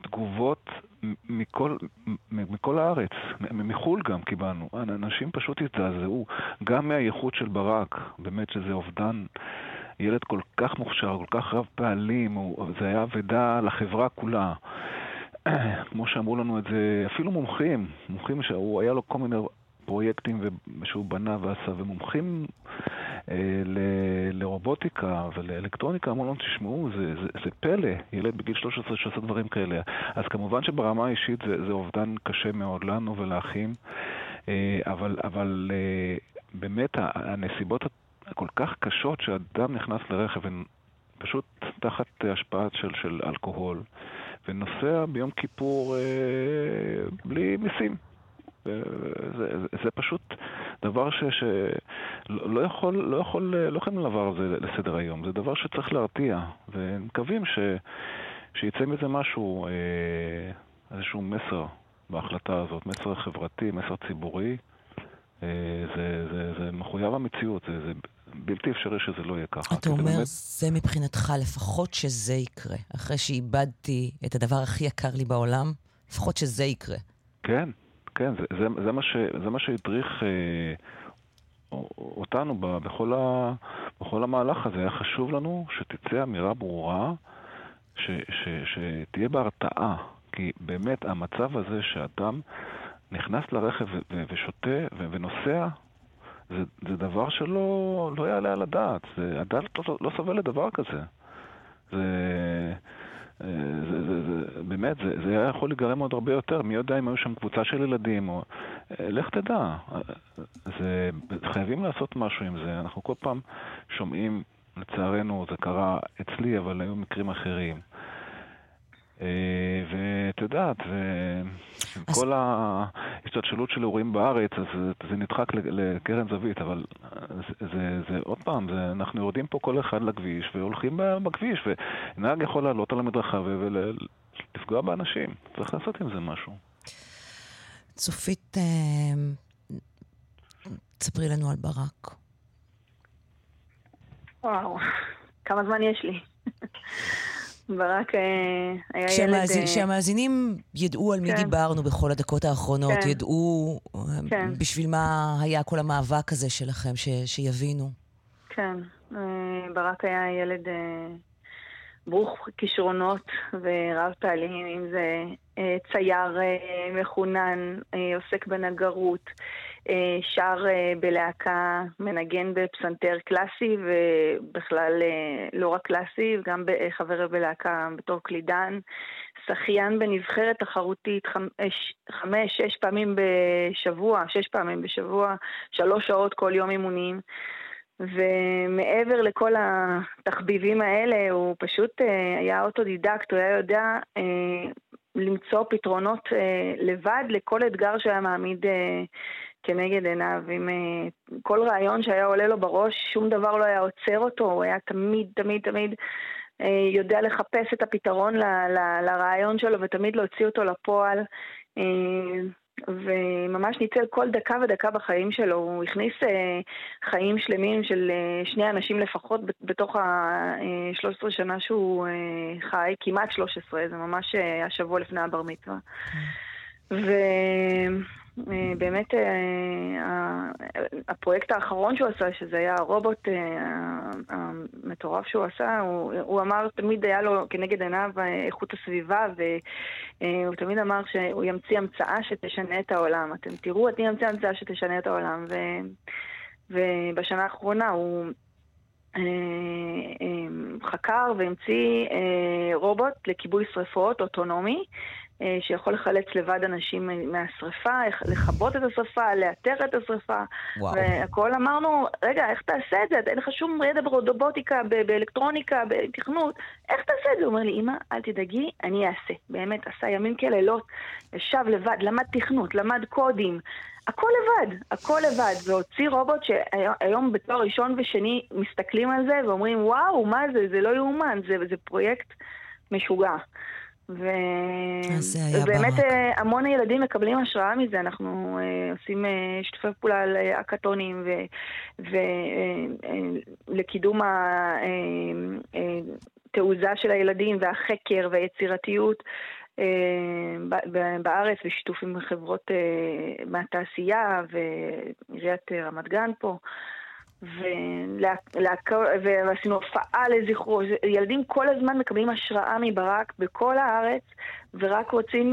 Speaker 6: תגובות מכל, מכל הארץ, מחול גם קיבלנו. אנשים פשוט התזעזעו, גם מהייחוד של ברק, באמת שזה אובדן, ילד כל כך מוכשר, כל כך רב פעלים, זה היה עבודה לחברה כולה. כמו שאמרו לנו את זה, אפילו מומחים, מומחים שהוא היה לו כל מיני פרויקטים שהוא בנה ועשה, ומומחים אה, ל- לרובוטיקה ולאלקטרוניקה, אמרו לנו, תשמעו, זה, זה, זה פלא, ילד בגיל שלוש עשרה שעשה דברים כאלה. אז כמובן שברמה האישית זה, זה אובדן קשה מאוד לנו ולאחים, אה, אבל, אבל אה, באמת הנסיבות הכל כך קשות שאדם נכנס לרכב פשוט תחת השפעה של, של אלכוהול, ונוסע ביום כיפור אה, בלי מיסים. זה, זה, זה פשוט דבר ש, שלא יכול, לא יכול, לא יכולים לעבור זה לסדר היום. זה דבר שצריך להרתיע, ומקווים ש, שיצא מזה משהו, אה, איזשהו מסר בהחלטה הזאת, מסר חברתי, מסר ציבורי. אה, זה, זה, זה מחויב המציאות, זה, זה בלתי אפשרי שזה לא יהיה ככה.
Speaker 3: אתה אומר,
Speaker 6: באמת...
Speaker 3: זה מבחינתך, לפחות שזה יקרה. אחרי שאיבדתי את הדבר הכי יקר לי בעולם, לפחות שזה יקרה.
Speaker 6: כן, כן, זה, זה, זה, מה, ש, זה מה שהדריך אה, אותנו ב, בכל, ה, בכל המהלך הזה. היה חשוב לנו שתצא אמירה ברורה, ש, ש, שתהיה בהרתעה. כי באמת המצב הזה שאדם נכנס לרכב ו, ו, ושותה ו, ונוסע, זה, זה דבר שלא לא יעלה על הדעת. זה, הדעת לא, לא סובל לדבר כזה. זה, זה, זה, זה, באמת, זה, זה היה יכול לגרם עוד הרבה יותר. מי יודע אם היו שם קבוצה של ילדים, או, לך תדע. זה, חייבים לעשות משהו עם זה. אנחנו כל פעם שומעים, לצערנו, זה קרה אצלי, אבל היו מקרים אחרים. ואת יודעת, וכל ההשתלשלות של אירועים בארץ, אז זה נדחק לקרן זווית, אבל זה, זה עוד פעם, זה, אנחנו יורדים פה כל אחד לכביש והולכים בכביש, ונהג יכול לעלות על המדרכה ולפגוע באנשים. צריך לעשות עם זה משהו.
Speaker 3: צופית, תספרי לנו על ברק.
Speaker 7: וואו, כמה זמן יש לי? ברק היה
Speaker 3: כשהמאזין,
Speaker 7: ילד...
Speaker 3: כשהמאזינים ידעו על מי
Speaker 7: כן.
Speaker 3: דיברנו בכל הדקות האחרונות,
Speaker 7: כן.
Speaker 3: ידעו
Speaker 7: כן.
Speaker 3: בשביל מה היה כל המאבק הזה שלכם, ש, שיבינו.
Speaker 7: כן, ברק היה ילד ברוך כישרונות ורב פעלים, אם זה צייר מחונן, עוסק בנגרות, שר בלהקה, מנגן בפסנתר קלאסי, ובכלל לא רק קלאסי, גם חבר בלהקה בתור קלידן, שחיין בנבחרת תחרותית חמש, חמש, שש פעמים בשבוע, שש פעמים בשבוע, שלוש שעות כל יום אימונים. ומעבר לכל התחביבים האלה, הוא פשוט היה אוטודידקט, הוא היה יודע למצוא פתרונות לבד לכל אתגר שהיה מעמיד כנגד עיניו. עם כל רעיון שהיה עולה לו בראש, שום דבר לא היה עוצר אותו, הוא היה תמיד, תמיד, תמיד יודע לחפש את הפתרון ל- ל- לרעיון שלו ותמיד להוציא אותו לפועל. וממש ניצל כל דקה ודקה בחיים שלו. הוא הכניס אה, חיים שלמים של אה, שני אנשים לפחות בתוך ה-שלוש עשרה שנה שהוא אה, חי, כמעט שלוש עשרה, זה ממש אה, השבוע לפני הבר מצווה. ובאמת הפרויקט האחרון שהוא עשה, שזה היה הרובוט המטורף שהוא עשה, הוא, הוא אמר, תמיד היה לו כנגד עיניו איכות הסביבה, והוא תמיד אמר שהוא ימציא המצאה שתשנה את העולם. אתם תראו, אני ימציא המצאה שתשנה את העולם. ו, ובשנה האחרונה הוא חקר והמציא רובוט לכיבוי שריפות אוטונומי, שיכול לחלץ לבד אנשים מהשריפה, לכבות את השריפה, לאתר את השריפה. והכל אמרנו, רגע, איך תעשה את זה? אין לך שום ידע ברובוטיקה, באלקטרוניקה, בתכנות. איך תעשה את זה? הוא אומר לי, אמא, אל תדאגי, אני אעשה. באמת, עשה ימים כלילות, ישב לבד, למד תכנות, למד קודים. הכל לבד, הכל לבד. והוציא רובוט שהיום בתואר ראשון ושני מסתכלים על זה ואומרים, וואו, מה זה? זה לא יאומן, זה, זה פרויקט משוגע. ובאמת המון ילדים מקבלים השראה מזה. אנחנו עושים שיתופי פעולה על הקטונים ולקידום התעוזה של הילדים והחקר והיצירתיות. בארץ, בשיתוף עם חברות מהתעשייה ועיריית רמת גן פה, ועשינו הופעה לזכרו. ילדים כל הזמן מקבלים השראה מברק בכל הארץ, ורק רוצים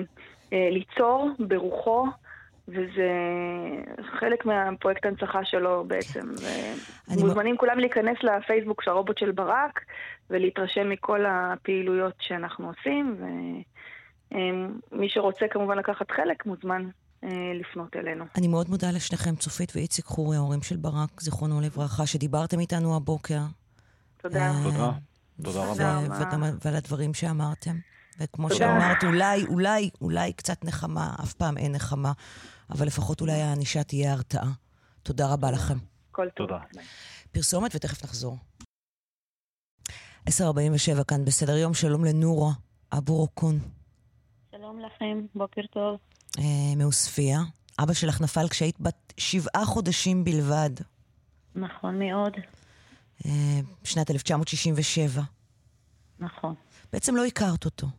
Speaker 7: ליצור ברוחו, וזה חלק מהפרויקט הנצחה שלו בעצם. מוזמנים כולם להיכנס לפייסבוק של הרובוט של ברק, ולהתרשם מכל הפעילויות שאנחנו עושים, ומי שרוצה כמובן לקחת חלק מוזמן לפנות אלינו.
Speaker 3: אני מאוד מודה לשניכם, צופית ואיציק חורי, ההורים של ברק, זיכרונו לברכה, שדיברתם איתנו הבוקר.
Speaker 7: תודה.
Speaker 6: תודה. תודה רבה.
Speaker 3: ועל הדברים שאמרתם. וכמו שאמרת, אולי, אולי, אולי קצת נחמה, אף פעם אין נחמה, אבל לפחות אולי האנישה תהיה הרתעה. תודה רבה לכם.
Speaker 7: כל טוב.
Speaker 6: תודה.
Speaker 3: פרסומת ותכף נחזור. עשר ארבעים ושבע כאן בסדר יום, שלום לנורה אבו רוקון.
Speaker 8: שלום לכם, בוקר טוב.
Speaker 3: אה, מעוספיה. אבא שלך נפל כשהיית בת שבעה חודשים בלבד.
Speaker 8: נכון מאוד.
Speaker 3: אה, שנת אלף תשע מאות שישים ושבע.
Speaker 8: נכון.
Speaker 3: בעצם לא הכרת אותו.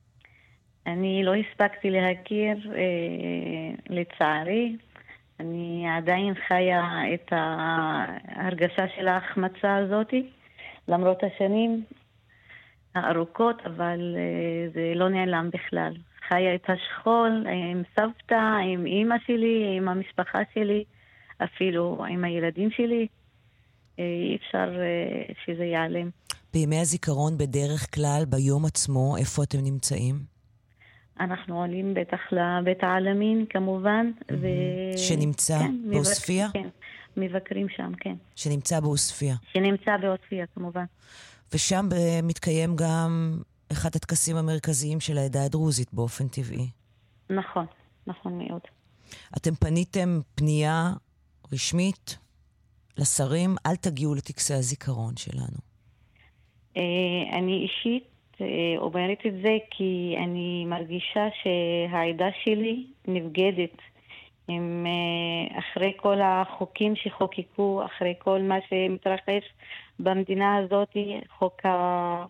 Speaker 8: אני לא הספקתי להכיר, אה, לצערי. אני עדיין חיה את ההרגשה של ההחמצה הזאת, למרות השנים הארוכות, אבל אה, זה לא נעלם בכלל. חיה את השכול עם סבתא, עם אמא שלי, עם המשפחה שלי, אפילו עם הילדים שלי. אה, אי אפשר אה, שזה ייעלם.
Speaker 3: בימי הזיכרון בדרך כלל, ביום עצמו, איפה אתם נמצאים?
Speaker 8: אנחנו עולים בטח לבית העלמין, כמובן. ו...
Speaker 3: שנמצא
Speaker 8: כן,
Speaker 3: בעוספיה?
Speaker 8: מבקר... כן, מבקרים שם, כן.
Speaker 3: שנמצא בעוספיה.
Speaker 8: שנמצא בעוספיה, כמובן.
Speaker 3: ושם מתקיים גם אחד הטקסים המרכזיים של העדה הדרוזית באופן טבעי.
Speaker 8: נכון, נכון מאוד.
Speaker 3: אתם פניתם פנייה רשמית לשרים, אל תגיעו לטקסי הזיכרון שלנו.
Speaker 8: אני אישית אומרת את זה כי אני מרגישה שהעדה שלי נבגדת עם, אחרי כל החוקים שחוקקו, אחרי כל מה שמתרחש במדינה הזאת, חוק ה...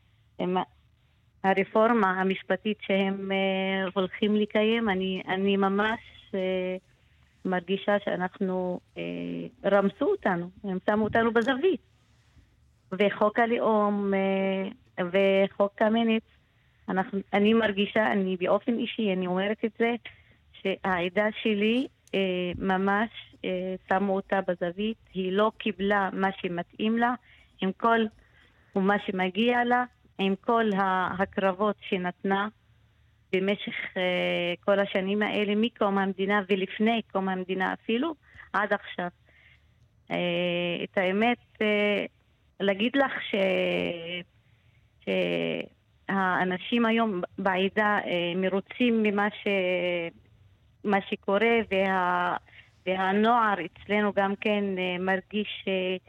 Speaker 8: הרפורמה המשפטית שהם הולכים לקיים. אני, אני ממש מרגישה שאנחנו רמסו אותנו, הם שמו אותנו בזווית. וחוק הלאום וחוק קמיניץ, אנחנו, אני מרגישה, אני באופן אישי, אני אומרת את זה, שהעדה שלי אה, ממש אה, שמו אותה בזווית, היא לא קיבלה מה שמתאים לה, עם כל מה שמגיע לה, עם כל הקרבות שנתנה במשך אה, כל השנים האלה, מקום המדינה ולפני קום המדינה אפילו, עד עכשיו. אה, את האמת, אה, להגיד לך ש... שהאנשים היום בעדה מרוצים ממה ש... מה שקורה, וה... והנוער אצלנו גם כן מרגיש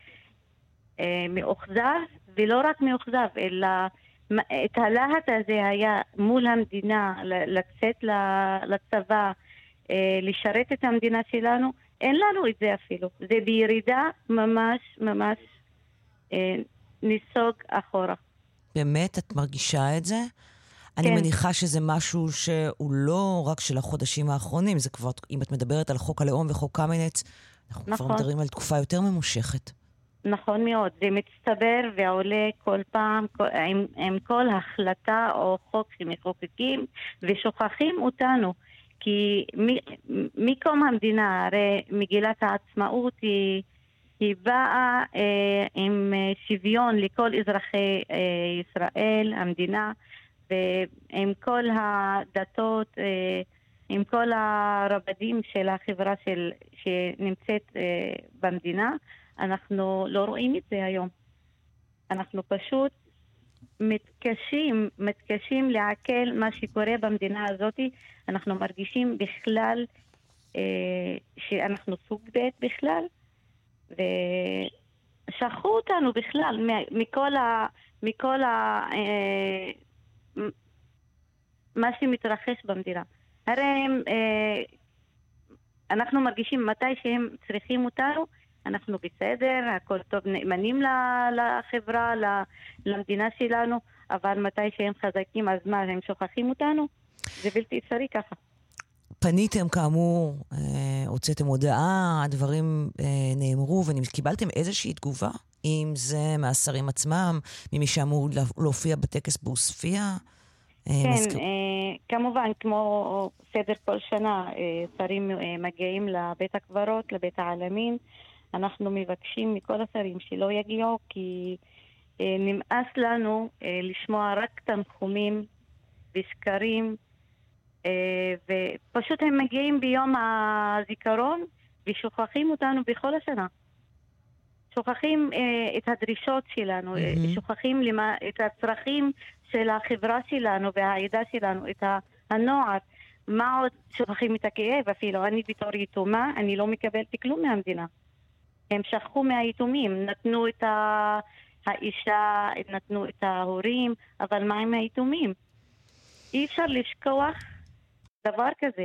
Speaker 8: מאוחזב, ולא רק מאוחזב, אלא את הלהט הזה היה מול המדינה, לצאת לצבא, לשרת את המדינה שלנו, אין לנו את זה אפילו. זה בירידה ממש ממש ניסוג אחורה.
Speaker 3: באמת, את מרגישה את זה? כן. אני מניחה שזה משהו שהוא לא רק של החודשים האחרונים, זה כבר, אם את מדברת על חוק הלאום וחוק קמיניץ, אנחנו נכון. כבר מדברים על תקופה יותר ממושכת.
Speaker 8: נכון מאוד, זה מצטבר ועולה כל פעם, עם, עם כל החלטה או חוק שמחוקקים, ושוכחים אותנו, כי מקום המדינה, הרי מגילת העצמאות היא, היא באה אה, עם שוויון לכל אזרחי אה, ישראל, המדינה, ועם כל הדתות, אה, עם כל הרבדים של החברה של, שנמצאת אה, במדינה. אנחנו לא רואים את זה היום. אנחנו פשוט מתקשים, מתקשים לעכל מה שקורה במדינה הזאת. אנחנו מרגישים בכלל אה, שאנחנו סוג ב' בכלל, ושכחו אותנו בכלל מכל ה... מכל ה... אה, מה שמתרחש במדינה. הרי הם, אה, אנחנו מרגישים מתי שהם צריכים אותנו, אנחנו בסדר, הכל טוב, נאמנים לחברה, למדינה שלנו, אבל מתי שהם חזקים, אז מה, הם שוכחים אותנו? זה בלתי אפשרי ככה.
Speaker 3: פניתם כאמור, אה, הוצאתם הודעה, הדברים אה, נאמרו, וקיבלתם איזושהי תגובה? אם זה מהשרים עצמם, ממי שאמור להופיע בטקס בעוספיא? אה,
Speaker 8: כן,
Speaker 3: מזכיר...
Speaker 8: אה, כמובן, כמו סדר כל שנה, אה, שרים אה, מגיעים לבית הקברות, לבית העלמין. אנחנו מבקשים מכל השרים שלא יגיעו, כי אה, נמאס לנו אה, לשמוע רק תנחומים ושקרים, אה, ופשוט הם מגיעים ביום הזיכרון ושוכחים אותנו בכל השנה. שוכחים אה, את הדרישות שלנו, mm-hmm. שוכחים למה, את הצרכים של החברה שלנו והעדה שלנו, את הנוער. מה עוד? שוכחים את הכאב אפילו. אני בתור יתומה, אני לא מקבלת כלום מהמדינה. הם שכחו מהיתומים, נתנו את ה... האישה, נתנו את ההורים, אבל מה עם היתומים? אי אפשר לשכוח דבר כזה.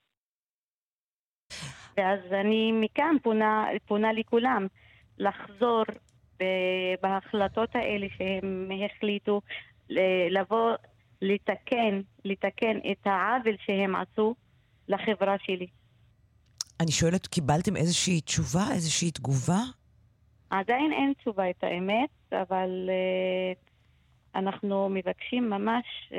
Speaker 8: ואז אני מכאן פונה, פונה לכולם לחזור בהחלטות האלה שהם החליטו לבוא לתקן, לתקן את העוול שהם עשו לחברה שלי.
Speaker 3: אני שואלת, קיבלתם איזושהי תשובה, איזושהי תגובה?
Speaker 8: עדיין אין תשובה את האמת, אבל uh, אנחנו מבקשים ממש uh,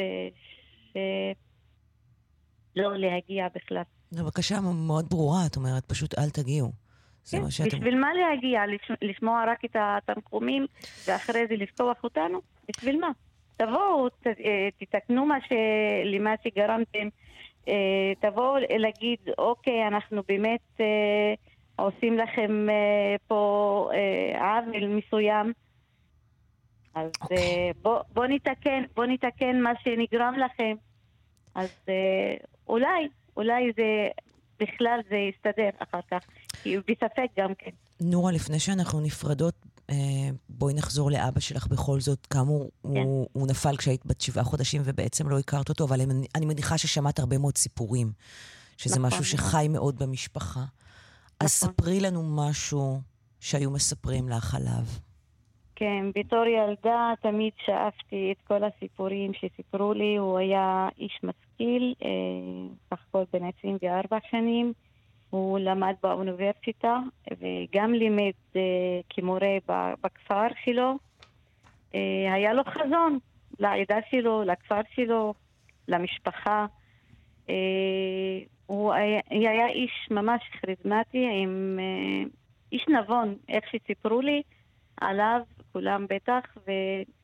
Speaker 8: שלא להגיע בכלל.
Speaker 3: זו בקשה מאוד ברורה, את אומרת, פשוט אל תגיעו.
Speaker 8: כן, בשביל מה להגיע? לשמוע רק את התנחומים ואחרי זה לפתוח אותנו? בשביל מה? תבואו, ת, תתקנו מה ש... למה שגרמתם, תבואו להגיד, אוקיי, אנחנו באמת עושים לכם פה עוול מסוים, אז בוא, בוא נתקן, בוא נתקן מה שנגרם לכם. אז אולי, אולי זה בכלל זה יסתדר אחר כך, כי בספק גם כן.
Speaker 3: נורה, לפני שאנחנו נפרדות, בואי נחזור לאבא שלך בכל זאת. כאמור, כן. הוא, הוא נפל כשהיית בת שבעה חודשים ובעצם לא הכרת אותו, אבל אני, אני מניחה ששמעת הרבה מאוד סיפורים, שזה נכון, משהו שחי נכון. מאוד במשפחה. נכון. אז ספרי לנו משהו שהיו מספרים לך עליו.
Speaker 8: כן, בתור ילדה תמיד שאפתי את כל הסיפורים שסיפרו לי. הוא היה איש משכיל, סך הכל בן עשרים וארבע שנים. הוא למד באוניברסיטה וגם לימד אה, כמורה בכפר שלו. אה, היה לו חזון לעדה שלו, לכפר שלו, למשפחה. אה, הוא היה, היה איש ממש כריזמטי, עם אה, איש נבון, איך שסיפרו לי עליו, כולם בטח. ו...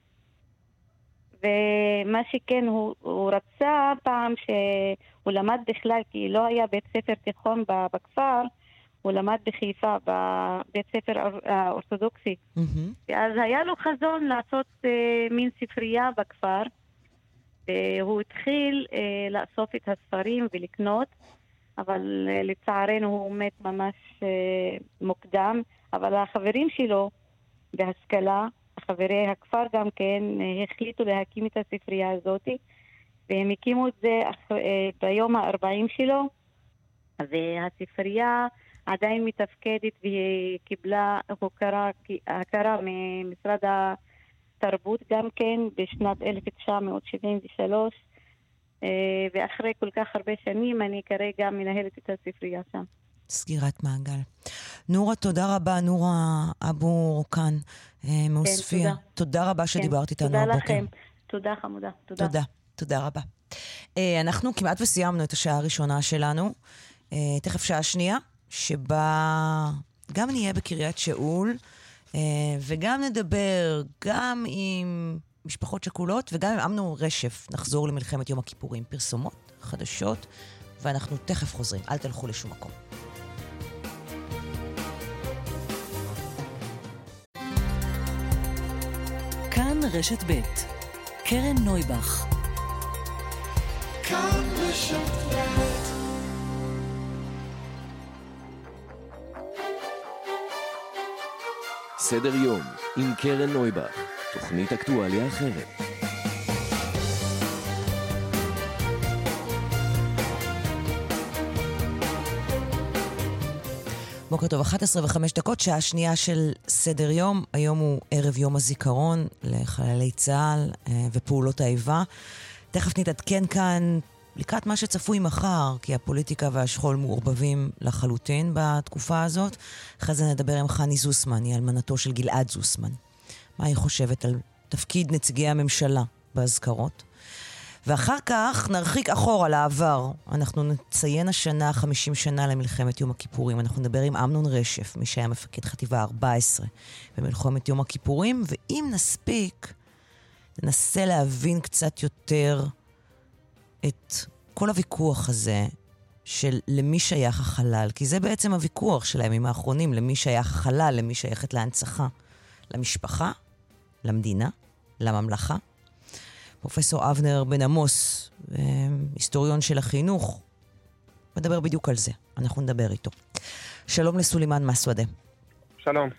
Speaker 8: ומה שכן, הוא, הוא רצה פעם שהוא למד בכלל, כי לא היה בית ספר תיכון בכפר, הוא למד בחיפה, בבית ספר האורתודוקסי. Mm-hmm. ואז היה לו חזון לעשות uh, מין ספרייה בכפר, והוא התחיל uh, לאסוף את הספרים ולקנות, אבל uh, לצערנו הוא מת ממש uh, מוקדם, אבל החברים שלו בהשכלה, חברי הכפר גם כן, החליטו להקים את הספרייה הזאת, והם הקימו את זה ביום ה-ארבעים שלו, והספרייה עדיין מתפקדת, והיא קיבלה הכרה, הכרה ממשרד התרבות גם כן, בשנת אלף תשע מאות שבעים ושלוש, ואחרי כל כך הרבה שנים אני כרגע מנהלת את הספרייה שם.
Speaker 3: סגירת מעגל. נורה, תודה רבה, נורה אבו רוקן, מעוספיא.
Speaker 8: כן, תודה.
Speaker 3: תודה רבה שדיברת איתנו
Speaker 8: הבוקר.
Speaker 3: תודה
Speaker 8: לכם. תודה חמודה. תודה.
Speaker 3: תודה, תודה רבה. אנחנו כמעט וסיימנו את השעה הראשונה שלנו. תכף שעה שנייה, שבה גם נהיה בקריית שאול, וגם נדבר גם עם משפחות שכולות, וגם עם אמנון רשף. נחזור למלחמת יום הכיפורים. פרסומות, חדשות, ואנחנו תכף חוזרים. אל תלכו לשום מקום.
Speaker 1: כאן רשת ב' קרן נויבך. כאן רשת ב'.
Speaker 2: סדר יום עם קרן נויבך, תוכנית אקטואליה אחרת.
Speaker 3: בוקר טוב, אחת עשרה וחמש דקות, שעה שנייה של סדר יום. היום הוא ערב יום הזיכרון לחללי צה"ל ופעולות האיבה. תכף נתעדכן כאן לקראת מה שצפוי מחר, כי הפוליטיקה והשכול מעורבבים לחלוטין בתקופה הזאת. אחרי זה נדבר עם חני זוסמן, היא אלמנתו של גלעד זוסמן. מה היא חושבת על תפקיד נציגי הממשלה בהזכרות? ואחר כך נרחיק אחורה לעבר. אנחנו נציין השנה חמישים שנה למלחמת יום הכיפורים. אנחנו נדבר עם אמנון רשף, מי שהיה מפקד חטיבה ארבע עשרה במלחמת יום הכיפורים, ואם נספיק, ננסה להבין קצת יותר את כל הוויכוח הזה של למי שייך החלל, כי זה בעצם הוויכוח של הימים האחרונים, למי שייך החלל, למי שייכת להנצחה, למשפחה, למדינה, לממלכה. פרופסור אבנר בן עמוס, היסטוריון של החינוך, מדבר בדיוק על זה. אנחנו נדבר איתו. שלום לסולימן מסוודה.
Speaker 9: שלום.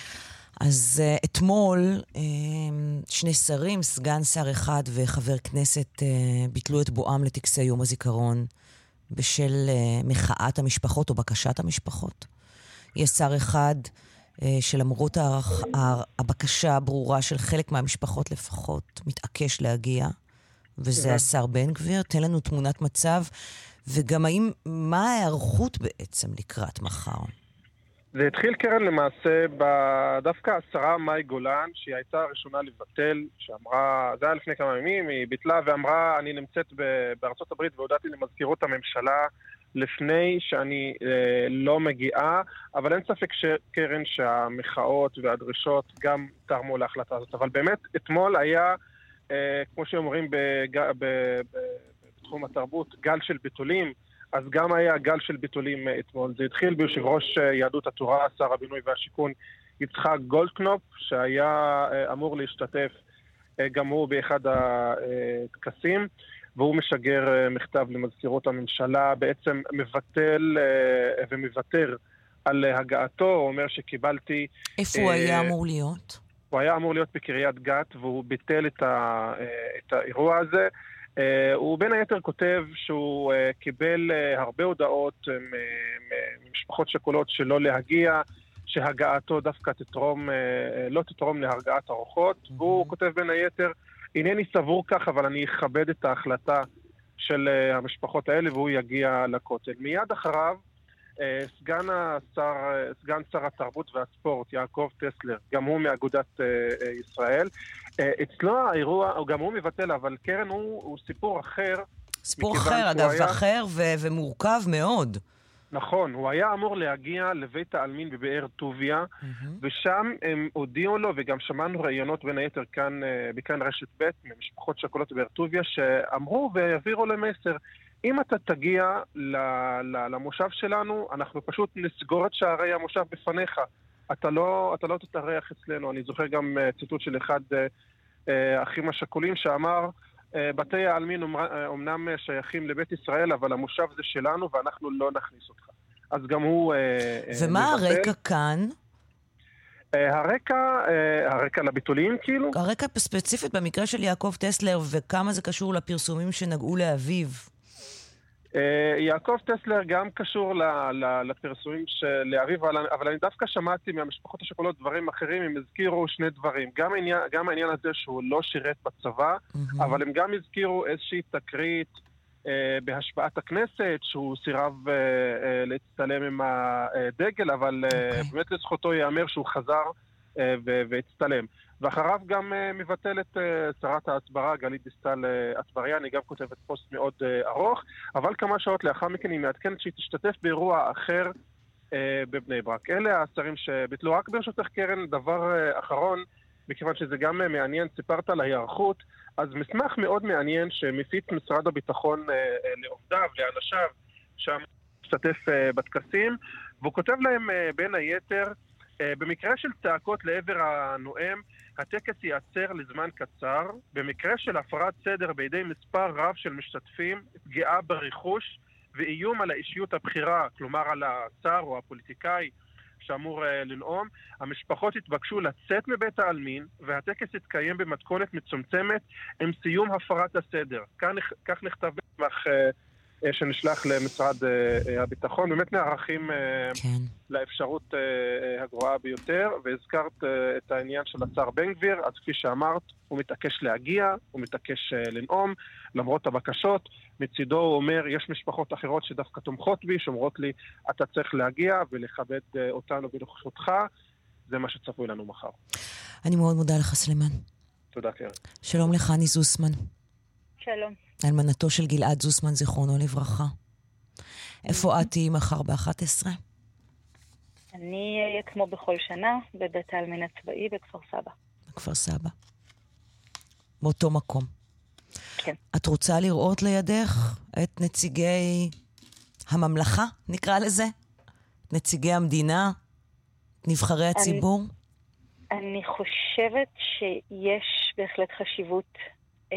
Speaker 3: אז uh, אתמול uh, שני שרים, סגן שר אחד וחבר כנסת uh, ביטלו את בואם לטקסי יום הזיכרון בשל uh, מחאת המשפחות או בקשת המשפחות. יש שר אחד uh, שלמרות הערך, הבקשה הברורה של חלק מהמשפחות לפחות מתעקש להגיע, וזה השר בן גביר. תן לנו תמונת מצב, וגם האם, מה ההיערכות בעצם לקראת מחר?
Speaker 9: זה התחיל קרן למעשה דווקא השרה מאי גולן, שהיא הייתה הראשונה לבטל, שאמרה, זה היה לפני כמה ימים, היא ביטלה ואמרה, אני נמצאת בארצות הברית והודעתי למזכירות הממשלה לפני שאני אה, לא מגיעה, אבל אין ספק שקרן שהמחאות והדרישות גם תרמו להחלטה הזאת. אבל באמת, אתמול היה, אה, כמו שאומרים בג... ב... ב... בתחום התרבות, גל של ביטולים, אז גם היה גל של ביטולים אתמול. זה התחיל ביושב ראש יהדות התורה, שר הבינוי והשיכון יצחק גולדקנופ, שהיה אמור להשתתף גם הוא באחד הטקסים, והוא משגר מכתב למזכירות הממשלה, בעצם מבטל ומוותר על הגעתו, הוא אומר שקיבלתי...
Speaker 3: איפה הוא היה אמור להיות?
Speaker 9: הוא היה אמור להיות בקריית גת, והוא ביטל את האירוע הזה. Uh, הוא בין היתר כותב שהוא uh, קיבל uh, הרבה הודעות ממשפחות uh, שכולות שלא להגיע, שהגעתו דווקא תתרום, uh, לא תתרום להרגעת הרוחות, mm-hmm. והוא כותב בין היתר, אינני סבור כך, אבל אני אכבד את ההחלטה של uh, המשפחות האלה, והוא יגיע לכותל. מיד אחריו, uh, סגן, השר, uh, סגן שר התרבות והספורט, יעקב טסלר, גם הוא מאגודת uh, uh, ישראל, אצלו האירוע, גם הוא מבטל, אבל קרן הוא, הוא סיפור אחר.
Speaker 3: סיפור אחר, אגב, היה... אחר ו- ומורכב מאוד.
Speaker 9: נכון, הוא היה אמור להגיע לבית העלמין בבאר טוביה, mm-hmm. ושם הם הודיעו לו, וגם שמענו ראיונות בין היתר כאן, בכאן רשת ב' ממשפחות שכולות בבאר טוביה, שאמרו והעבירו למסר, אם אתה תגיע למושב שלנו, אנחנו פשוט נסגור את שערי המושב בפניך. אתה לא, אתה לא תתארח אצלנו. אני זוכר גם ציטוט של אחד האחים השכולים שאמר, בתי העלמין אומנם שייכים לבית ישראל, אבל המושב זה שלנו ואנחנו לא נכניס אותך. אז גם הוא...
Speaker 3: ומה מבטל. הרקע כאן?
Speaker 9: הרקע, הרקע לביטולים כאילו?
Speaker 3: הרקע ספציפית במקרה של יעקב טסלר, וכמה זה קשור לפרסומים שנגעו לאביו?
Speaker 9: יעקב טסלר גם קשור לפרסומים של אביו, אבל אני דווקא שמעתי מהמשפחות השכולות דברים אחרים, הם הזכירו שני דברים. גם העניין, גם העניין הזה שהוא לא שירת בצבא, mm-hmm. אבל הם גם הזכירו איזושהי תקרית אה, בהשפעת הכנסת, שהוא סירב אה, אה, להצטלם עם הדגל, אבל okay. אה, באמת לזכותו יאמר שהוא חזר אה, והצטלם. ואחריו גם uh, מבטל את uh, שרת ההסברה, גלית דיסטל uh, אטבריאן, היא גם כותבת פוסט מאוד uh, ארוך, אבל כמה שעות לאחר מכן היא מעדכנת שהיא תשתתף באירוע אחר uh, בבני ברק. אלה השרים שביטלו. רק ברשותך קרן, דבר uh, אחרון, מכיוון שזה גם uh, מעניין, סיפרת על ההיערכות, אז מסמך מאוד מעניין שמפיץ משרד הביטחון uh, uh, לעובדיו, לאנשיו, שם משתתף uh, בטקסים, והוא כותב להם uh, בין היתר, במקרה של צעקות לעבר הנואם, הטקס ייעצר לזמן קצר. במקרה של הפרת סדר בידי מספר רב של משתתפים, פגיעה ברכוש ואיום על האישיות הבחירה, כלומר על השר או הפוליטיקאי שאמור לנאום, המשפחות התבקשו לצאת מבית העלמין, והטקס יתקיים במתכונת מצומצמת עם סיום הפרת הסדר. כאן, כך נכתב במסמך שנשלח למשרד הביטחון. באמת נערכים
Speaker 3: כן.
Speaker 9: לאפשרות הגרועה ביותר, והזכרת את העניין של השר בן גביר, אז כפי שאמרת, הוא מתעקש להגיע, הוא מתעקש לנאום, למרות הבקשות. מצידו הוא אומר, יש משפחות אחרות שדווקא תומכות בי, שאומרות לי, אתה צריך להגיע ולכבד אותנו בנוכחותך. זה מה שצפוי לנו מחר.
Speaker 3: אני מאוד מודה לך, סלימן.
Speaker 9: תודה, קרן.
Speaker 3: שלום לך, אני זוסמן.
Speaker 7: שלום.
Speaker 3: אלמנתו של גלעד זוסמן, זיכרונו לברכה. איפה את תהיי מחר ב-אחת עשרה?
Speaker 7: אני אהיה כמו בכל שנה, בבית העלמין הצבאי בכפר סבא.
Speaker 3: בכפר סבא. באותו מקום.
Speaker 7: כן.
Speaker 3: את רוצה לראות לידך את נציגי הממלכה, נקרא לזה? נציגי המדינה? נבחרי הציבור?
Speaker 7: אני, אני חושבת שיש בהחלט חשיבות אה,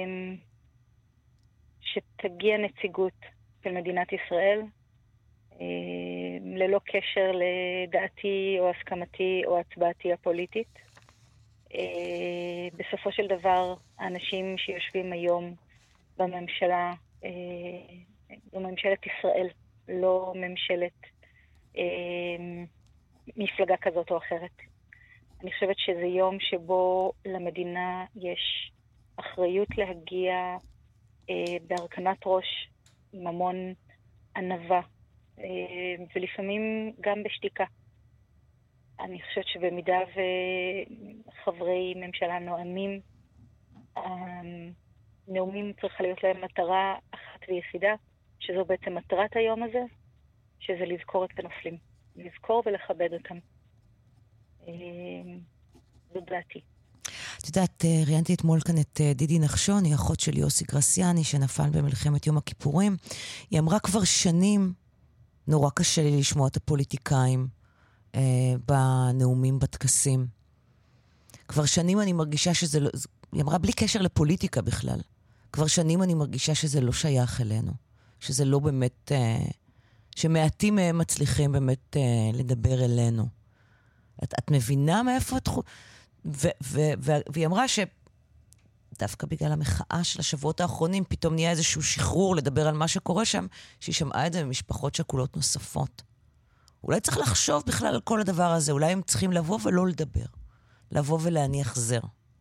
Speaker 7: שתגיע נציגות של מדינת ישראל, אה, ללא קשר לדעתי או הסכמתי או הצבעתי הפוליטית. אה, בסופו של דבר, האנשים שיושבים היום בממשלה, אה, בממשלת ישראל, לא ממשלת אה, מפלגה כזאת או אחרת. אני חושבת שזה יום שבו למדינה יש אחריות להגיע אה, בהרכנת ראש עם המון ענווה, אה, ולפעמים גם בשתיקה. אני חושבת שבמידה וחברי ממשלה נואמים, הנאומים צריכה להיות להם מטרה אחת ויחידה, שזו בעצם מטרת היום הזה, שזה לזכור את הנופלים. לזכור ולכבד אותם. זו דעתי.
Speaker 3: את יודעת, ראיינתי אתמול כאן את דידי נחשון, היא אחות של יוסי גרסיאני, שנפל במלחמת יום הכיפורים. היא אמרה כבר שנים, נורא קשה לי לשמוע את הפוליטיקאים אה, בנאומים, בטקסים. כבר שנים אני מרגישה שזה לא... היא אמרה בלי קשר לפוליטיקה בכלל. כבר שנים אני מרגישה שזה לא שייך אלינו. שזה לא באמת... אה, שמעטים מהם מצליחים באמת אה, לדבר אלינו. את, את מבינה מאיפה את... ו, ו, ו, והיא אמרה שדווקא בגלל המחאה של השבועות האחרונים, פתאום נהיה איזשהו שחרור לדבר על מה שקורה שם, שהיא שמעה את זה ממשפחות שכולות נוספות. אולי צריך לחשוב בכלל על כל הדבר הזה, אולי הם צריכים לבוא ולא לדבר. לבוא ולהניח זר.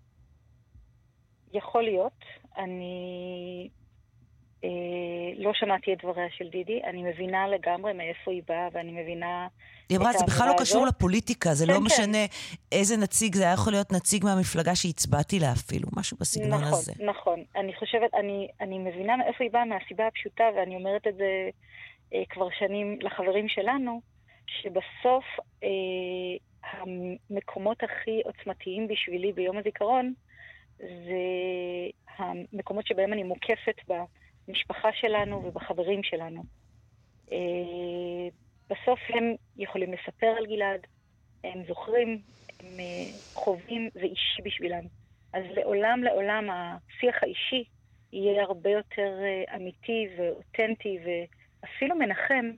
Speaker 7: יכול להיות. אני... לא שמעתי את דבריה של דידי, אני מבינה לגמרי מאיפה היא באה, ואני מבינה...
Speaker 3: היא אמרה, זה בכלל לא קשור לפוליטיקה, זה לא משנה איזה נציג, זה היה יכול להיות נציג מהמפלגה שהצבעתי לה אפילו, משהו בסגנון הזה.
Speaker 7: נכון, נכון. אני חושבת, אני מבינה מאיפה היא באה, מהסיבה הפשוטה, ואני אומרת את זה כבר שנים לחברים שלנו, שבסוף המקומות הכי עוצמתיים בשבילי ביום הזיכרון, זה המקומות שבהם אני מוקפת בה, משפחה שלנו ובחברים שלנו. בסוף הם יכולים לספר על גלעד, הם זוכרים, הם חווים, זה אישי בשבילם. אז לעולם, לעולם השיח האישי יהיה הרבה יותר אמיתי ואותנטי ואפילו מנחם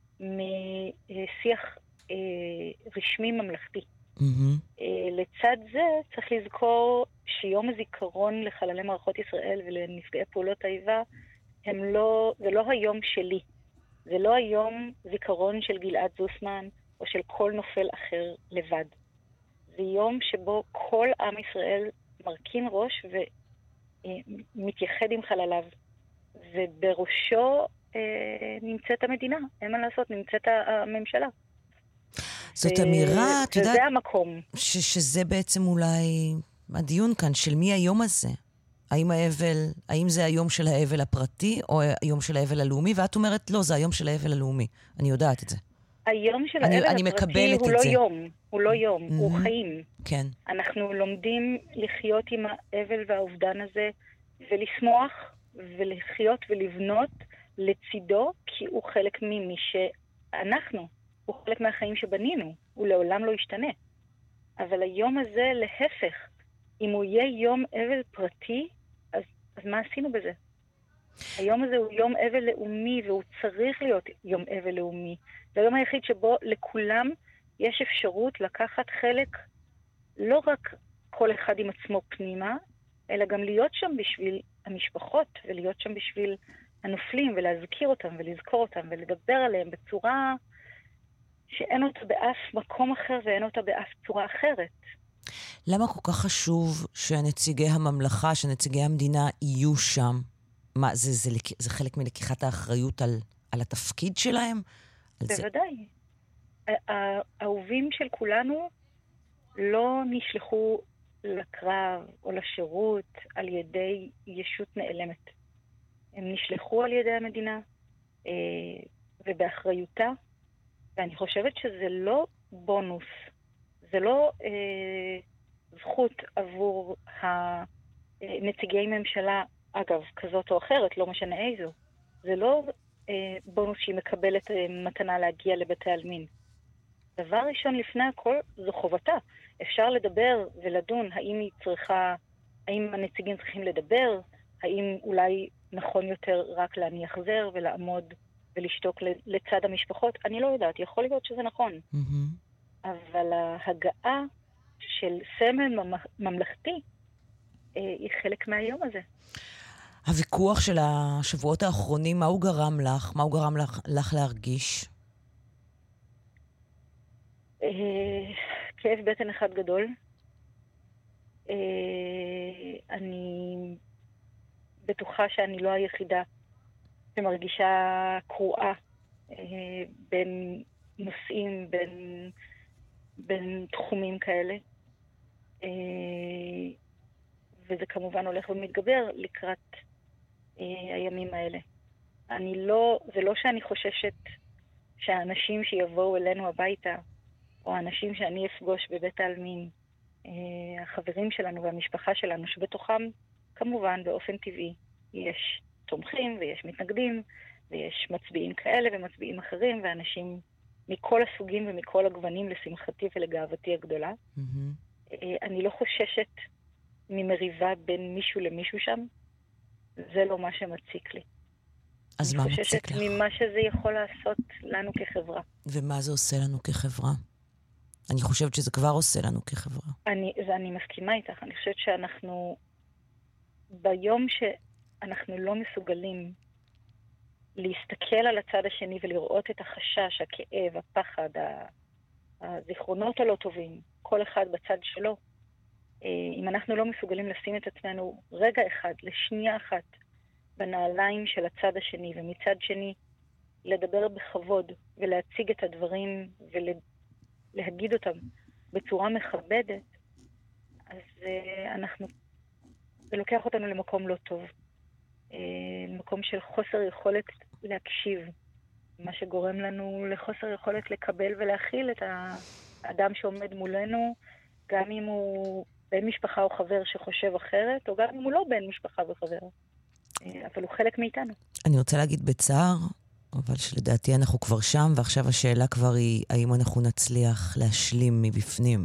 Speaker 7: משיח רשמי ממלכתי. Mm-hmm. לצד זה צריך לזכור שיום הזיכרון לחללי מערכות ישראל ולנפגעי פעולות האיבה הם לא, זה לא היום שלי. זה לא היום זיכרון של גלעד זוסמן או של כל נופל אחר לבד. זה יום שבו כל עם ישראל מרכין ראש ומתייחד עם חלליו. ובראשו אה, נמצאת המדינה. אין מה לעשות, נמצאת הממשלה.
Speaker 3: זאת אמירה, את יודעת...
Speaker 7: וזה המקום.
Speaker 3: ש- שזה בעצם אולי הדיון כאן, של מי היום הזה? האם האבל, האם זה היום של האבל הפרטי, או היום של האבל הלאומי? ואת אומרת, לא, זה היום של האבל הלאומי. אני יודעת את זה.
Speaker 7: היום של
Speaker 3: אני,
Speaker 7: האבל
Speaker 3: אני
Speaker 7: הפרטי הוא לא
Speaker 3: זה.
Speaker 7: יום. הוא לא יום, mm-hmm. הוא חיים.
Speaker 3: כן.
Speaker 7: אנחנו לומדים לחיות עם האבל והאובדן הזה, ולשמוח, ולחיות ולבנות לצידו, כי הוא חלק ממי שאנחנו. הוא חלק מהחיים שבנינו, הוא לעולם לא ישתנה. אבל היום הזה להפך, אם הוא יהיה יום אבל פרטי, אז, אז מה עשינו בזה? היום הזה הוא יום אבל לאומי, והוא צריך להיות יום אבל לאומי. זה היום היחיד שבו לכולם יש אפשרות לקחת חלק, לא רק כל אחד עם עצמו פנימה, אלא גם להיות שם בשביל המשפחות, ולהיות שם בשביל הנופלים ולהזכיר אותם ולזכור אותם ולדבר עליהם בצורה שאין אותה באף מקום אחר ואין אותה באף צורה אחרת.
Speaker 3: למה כל כך חשוב שנציגי הממלכה, שנציגי המדינה יהיו שם? מה, זה, זה, זה, זה חלק מלקיחת האחריות על, על התפקיד שלהם? על
Speaker 7: בוודאי. זה... האהובים של כולנו לא נשלחו לקרב או לשירות על ידי ישות נעלמת. הם נשלחו על ידי המדינה אה, ובאחריותה, ואני חושבת שזה לא בונוס, זה לא אה, זכות עבור הנציגי ממשלה, אגב, כזאת או אחרת, לא משנה איזו. זה לא אה, בונוס שהיא מקבלת אה, מתנה להגיע לבתי עלמין. דבר ראשון לפני הכל זו חובתה. אפשר לדבר ולדון האם היא צריכה, האם הנציגים צריכים לדבר, האם אולי נכון יותר רק להניח זר ולעמוד ולשתוק לצד המשפחות. אני לא יודעת, יכול להיות שזה נכון. Mm-hmm. אבל ההגעה של סמל ממלכתי אה, היא חלק מהיום הזה.
Speaker 3: הוויכוח של השבועות האחרונים, מה הוא גרם לך? מה הוא גרם לך, לך להרגיש?
Speaker 7: אה, כאב בטן אחד גדול. אה, אני בטוחה שאני לא היחידה שמרגישה קרועה אה, בין נושאים, בין, בין תחומים כאלה. אה, וזה כמובן הולך ומתגבר לקראת אה, הימים האלה. אני לא, זה לא שאני חוששת שהאנשים שיבואו אלינו הביתה, או האנשים שאני אפגוש בבית העלמין, אה, החברים שלנו והמשפחה שלנו, שבתוכם כמובן באופן טבעי יש תומכים ויש מתנגדים, ויש מצביעים כאלה ומצביעים אחרים, ואנשים מכל הסוגים ומכל הגוונים לשמחתי ולגאוותי הגדולה. Mm-hmm. אני לא חוששת ממריבה בין מישהו למישהו שם. זה לא מה שמציק לי.
Speaker 3: אז מה מציק לך?
Speaker 7: אני חוששת ממה שזה יכול לעשות לנו כחברה.
Speaker 3: ומה זה עושה לנו כחברה? אני חושבת שזה כבר עושה לנו כחברה.
Speaker 7: אני, אני מסכימה איתך. אני חושבת שאנחנו, ביום שאנחנו לא מסוגלים להסתכל על הצד השני ולראות את החשש, הכאב, הפחד, הזיכרונות הלא טובים, כל אחד בצד שלו, אם אנחנו לא מסוגלים לשים את עצמנו רגע אחד, לשנייה אחת, בנעליים של הצד השני, ומצד שני לדבר בכבוד ולהציג את הדברים ולהגיד אותם בצורה מכבדת, אז אנחנו, זה לוקח אותנו למקום לא טוב. מקום של חוסר יכולת להקשיב, מה שגורם לנו לחוסר יכולת לקבל ולהכיל את האדם שעומד מולנו, גם אם הוא בן משפחה או חבר שחושב אחרת, או גם אם הוא לא בן משפחה וחבר. אבל הוא חלק מאיתנו.
Speaker 3: אני רוצה להגיד בצער, אבל שלדעתי אנחנו כבר שם, ועכשיו השאלה כבר היא, האם אנחנו נצליח להשלים מבפנים?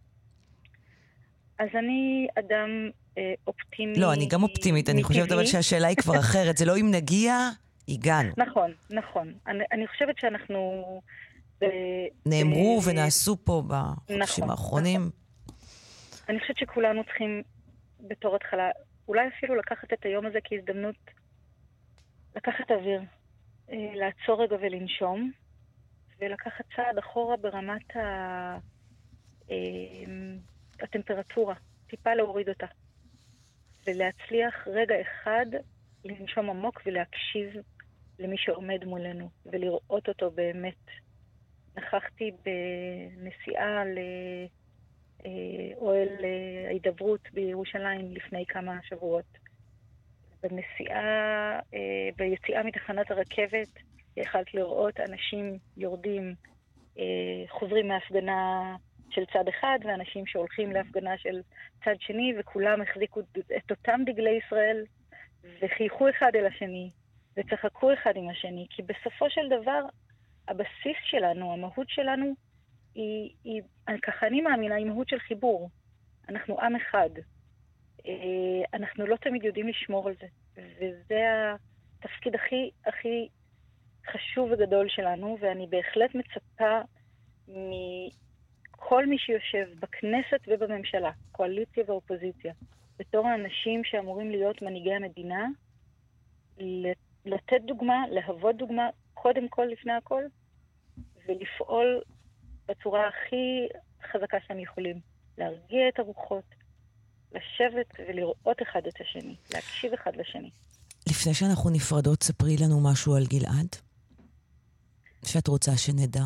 Speaker 7: אז אני אדם אה, אופטימי.
Speaker 3: לא, אני גם אופטימית, אני חושבת אבל שהשאלה היא כבר אחרת. זה לא אם נגיע, הגענו.
Speaker 7: נכון, נכון. אני, אני חושבת שאנחנו... ב,
Speaker 3: נאמרו
Speaker 7: ב,
Speaker 3: ונעשו פה בחודשים
Speaker 7: נכון,
Speaker 3: האחרונים.
Speaker 7: נכון. אני חושבת שכולנו צריכים בתור התחלה, אולי אפילו לקחת את היום הזה כהזדמנות, לקחת אוויר, אה, לעצור רגע ולנשום, ולקחת צעד אחורה ברמת ה... אה, הטמפרטורה, טיפה להוריד אותה. ולהצליח רגע אחד לנשום עמוק ולהקשיב למי שעומד מולנו, ולראות אותו באמת. נכחתי בנסיעה לאוהל ההידברות בירושלים לפני כמה שבועות. בנסיעה, ביציאה מתחנת הרכבת, יכלת לראות אנשים יורדים, חוזרים מהפגנה של צד אחד, ואנשים שהולכים להפגנה של צד שני, וכולם החזיקו את אותם דגלי ישראל, וחייכו אחד אל השני, וצחקו אחד עם השני, כי בסופו של דבר, הבסיס שלנו, המהות שלנו, היא, היא ככה אני מאמינה, היא מהות של חיבור. אנחנו עם אחד. אנחנו לא תמיד יודעים לשמור על זה, וזה התפקיד הכי, הכי חשוב וגדול שלנו, ואני בהחלט מצפה מ... כל מי שיושב בכנסת ובממשלה, קואליציה ואופוזיציה, בתור האנשים שאמורים להיות מנהיגי המדינה, לתת דוגמה, להוות דוגמה, קודם כל לפני הכל, ולפעול בצורה הכי חזקה שהם יכולים. להרגיע את הרוחות, לשבת ולראות אחד את השני, להקשיב אחד לשני.
Speaker 3: לפני שאנחנו נפרדות, ספרי לנו משהו על גלעד, שאת רוצה שנדע.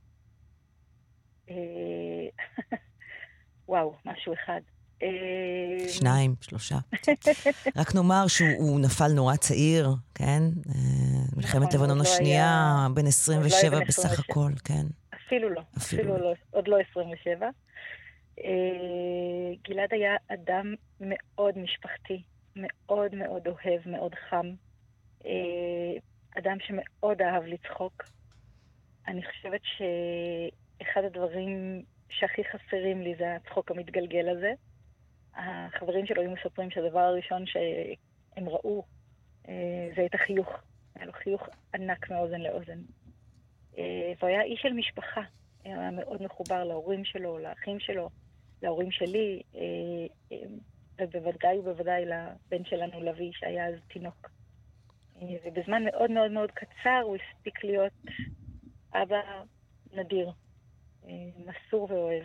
Speaker 7: וואו, משהו אחד.
Speaker 3: שניים, שלושה. רק נאמר שהוא נפל נורא צעיר, כן? מלחמת לבנון השנייה, בן עשרים ושבע בסך הכל, כן.
Speaker 7: אפילו לא, אפילו לא, עוד לא עשרים ושבע. גלעד היה אדם מאוד משפחתי, מאוד מאוד אוהב, מאוד חם. אדם שמאוד אהב לצחוק. אני חושבת שאחד הדברים שהכי חסרים לי זה הצחוק המתגלגל הזה. החברים שלו היו מספרים שהדבר הראשון שהם ראו זה את החיוך. היה לו חיוך ענק מאוזן לאוזן. והוא היה איש של משפחה. היה מאוד מחובר להורים שלו, לאחים שלו, להורים שלי, ובוודאי ובוודאי לבן שלנו לוי שהיה אז תינוק. ובזמן מאוד מאוד מאוד קצר הוא הספיק להיות אבא נדיר, מסור ואוהב.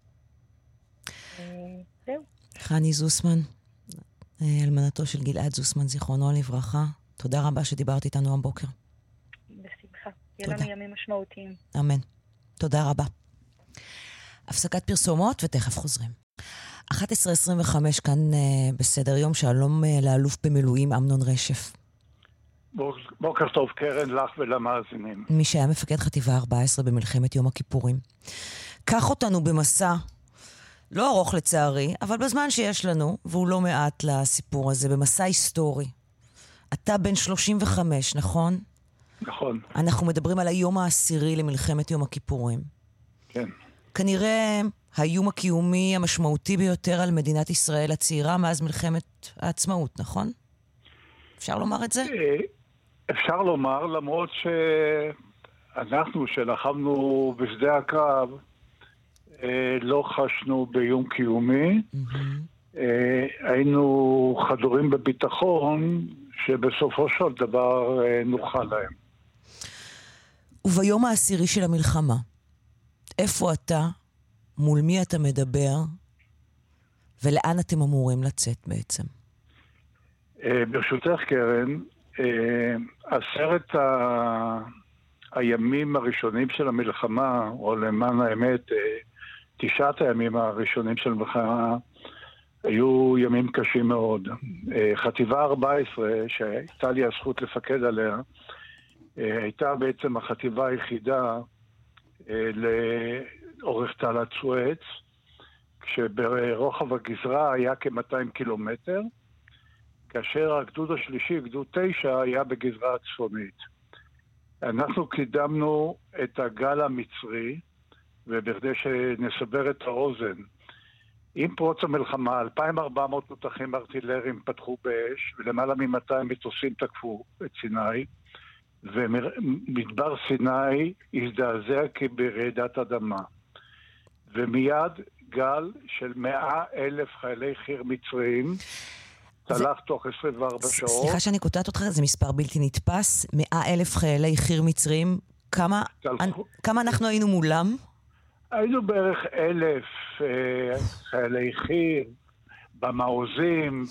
Speaker 7: זהו.
Speaker 3: חני זוסמן, אלמנתו של גלעד זוסמן, זיכרונו לברכה. תודה רבה שדיברת איתנו הבוקר.
Speaker 7: בשמחה. יהיה לנו ימים משמעותיים.
Speaker 3: אמן. תודה רבה. הפסקת פרסומות ותכף חוזרים. אחת עשרה עשרים וחמש כאן uh, בסדר יום, שלום uh, לאלוף במילואים אמנון רשף.
Speaker 10: בוקר טוב קרן, לך ולמאזינים.
Speaker 3: מי שהיה מפקד חטיבה ארבע עשרה במלחמת יום הכיפורים. קח אותנו במסע, לא ארוך לצערי, אבל בזמן שיש לנו, והוא לא מעט לסיפור הזה, במסע היסטורי. אתה בן שלושים וחמש, נכון?
Speaker 10: נכון.
Speaker 3: אנחנו מדברים על היום העשירי למלחמת יום הכיפורים.
Speaker 10: כן.
Speaker 3: כנראה האיום הקיומי המשמעותי ביותר על מדינת ישראל הצעירה מאז מלחמת העצמאות, נכון? אפשר לומר את זה?
Speaker 10: אפשר לומר, למרות שאנחנו שלחמנו בשדה הקרב לא חשנו באיום קיומי. היינו חדורים בביטחון שבסופו של דבר נוכל להם.
Speaker 3: וביום העשירי של המלחמה, איפה אתה, מול מי אתה מדבר, ולאן אתם אמורים לצאת בעצם?
Speaker 10: ברשותך קרן, עשרת ה... הימים הראשונים של המלחמה, או למען האמת, תשעת הימים הראשונים של המלחמה, היו ימים קשים מאוד. חטיבה ארבע עשרה, שהייתה לי הזכות לפקד עליה, הייתה בעצם החטיבה היחידה לאורך תעלת סואץ, כשברוחב הגזרה היה כ-מאתיים קילומטר, כאשר הגדוד השלישי, גדוד תשע, היה בגזרה הצפונית. אנחנו קידמנו את הגל המצרי, ובכדי שנסבר את האוזן, עם פרוץ המלחמה, אלפיים וארבע מאות תותחים ארטילריים פתחו באש, ולמעלה מ-מאתיים מטוסים תקפו את סיני, ומדבר סיני הזדעזע כברעידת אדמה. ומיד גל של מאה אלף חיילי חי"ר מצריים, צלח תוך עשרים וארבע שעות.
Speaker 3: סליחה שאני קוטעת אותך, זה מספר בלתי נתפס, מאה אלף חיילי חי"ר מצריים, כמה, כמה אנחנו היינו מולם?
Speaker 10: היינו בערך אלף אה, חיילי חי"ר, במעוזים,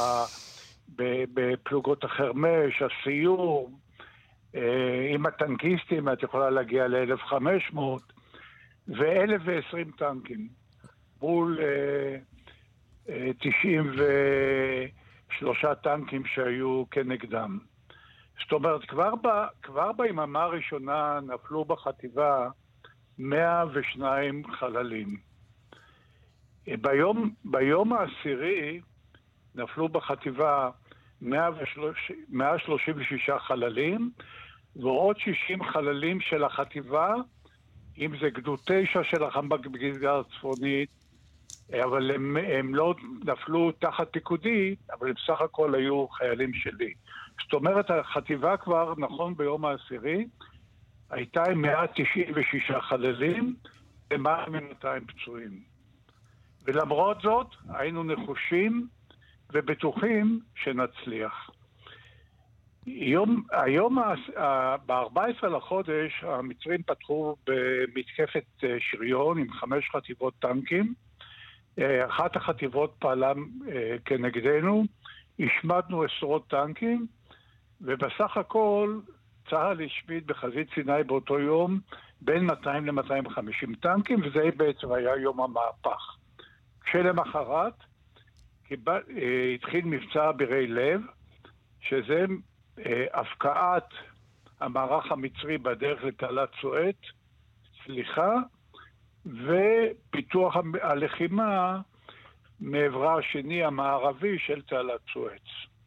Speaker 10: בפלוגות החרמש, הסיור, אה, עם הטנקיסטים, את יכולה להגיע ל-אלף וחמש מאות, ו-אלף ועשרים טנקים, מול אה, אה, תשעים ושלושה טנקים שהיו כנגדם. זאת אומרת, כבר, ב, כבר ביממה הראשונה נפלו בחטיבה מאה ושניים חללים. ביום, ביום העשירי נפלו בחטיבה מאה שלושים ושישה חללים, ועוד שישים חללים של החטיבה, אם זה גדוד תשע של החמ"ק בגזרה הצפונית, אבל הם, הם לא נפלו תחת פיקודי, אבל הם סך הכל היו חיילים שלי. זאת אומרת, החטיבה כבר, נכון ביום העשירי, הייתה עם מאה תשעים ושישה חללים, למעלה מ-מאתיים פצועים. ולמרות זאת, היינו נחושים ובטוחים שנצליח. יום, היום, ב-ארבעה עשר לחודש, המצרים פתחו במתקפת שריון עם חמש חטיבות טנקים. אחת החטיבות פעלה כנגדנו, השמדנו עשרות טנקים, ובסך הכל צה"ל השמיד בחזית סיני באותו יום בין מאתיים ל-מאתיים וחמישים טנקים, וזה בעצם היה יום המהפך. כשלמחרת התחיל מבצע אבירי לב, שזה הפקעת המערך המצרי בדרך לתעלת סואץ, סליחה, ופיתוח הלחימה מעברה השני המערבי של תעלת סואץ.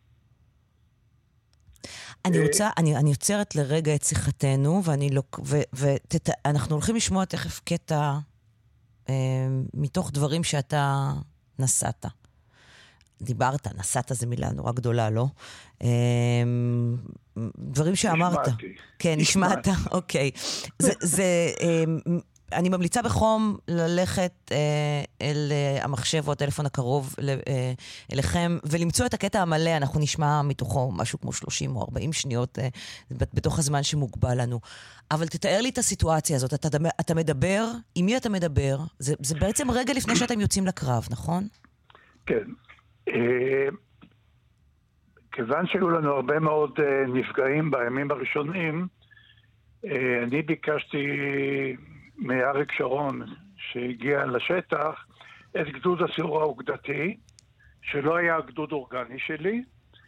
Speaker 3: אני רוצה, אני, אני יוצרת לרגע את שיחתנו, ואני לא, ו, ותת, אנחנו הולכים לשמוע תכף קטע אה, מתוך דברים שאתה נסעת. דיברת, נסעת זה מילה נורא גדולה, לא? אה, דברים שאמרת.
Speaker 10: נשמעתי.
Speaker 3: כן, נשמעת, אוקיי. זה, זה, אה, אני ממליצה בחום ללכת אה, אל אה, המחשב או הטלפון הקרוב ל, אה, אליכם, ולמצוא את הקטע המלא. אנחנו נשמע מתוכו משהו כמו שלושים או ארבעים שניות אה, בתוך הזמן שמוגבל לנו. אבל תתאר לי את הסיטואציה הזאת. אתה, אתה מדבר, עם מי אתה מדבר? זה, זה בעצם רגע לפני שאתם יוצאים לקרב, נכון?
Speaker 10: כן. אה, כיוון שהיו לנו הרבה מאוד אה, נפגעים בימים הראשונים, אה, אני ביקשתי מאריק שרון, שהגיע לשטח, את גדוד הסיור האוגדתי, שלא היה הגדוד אורגני שלי.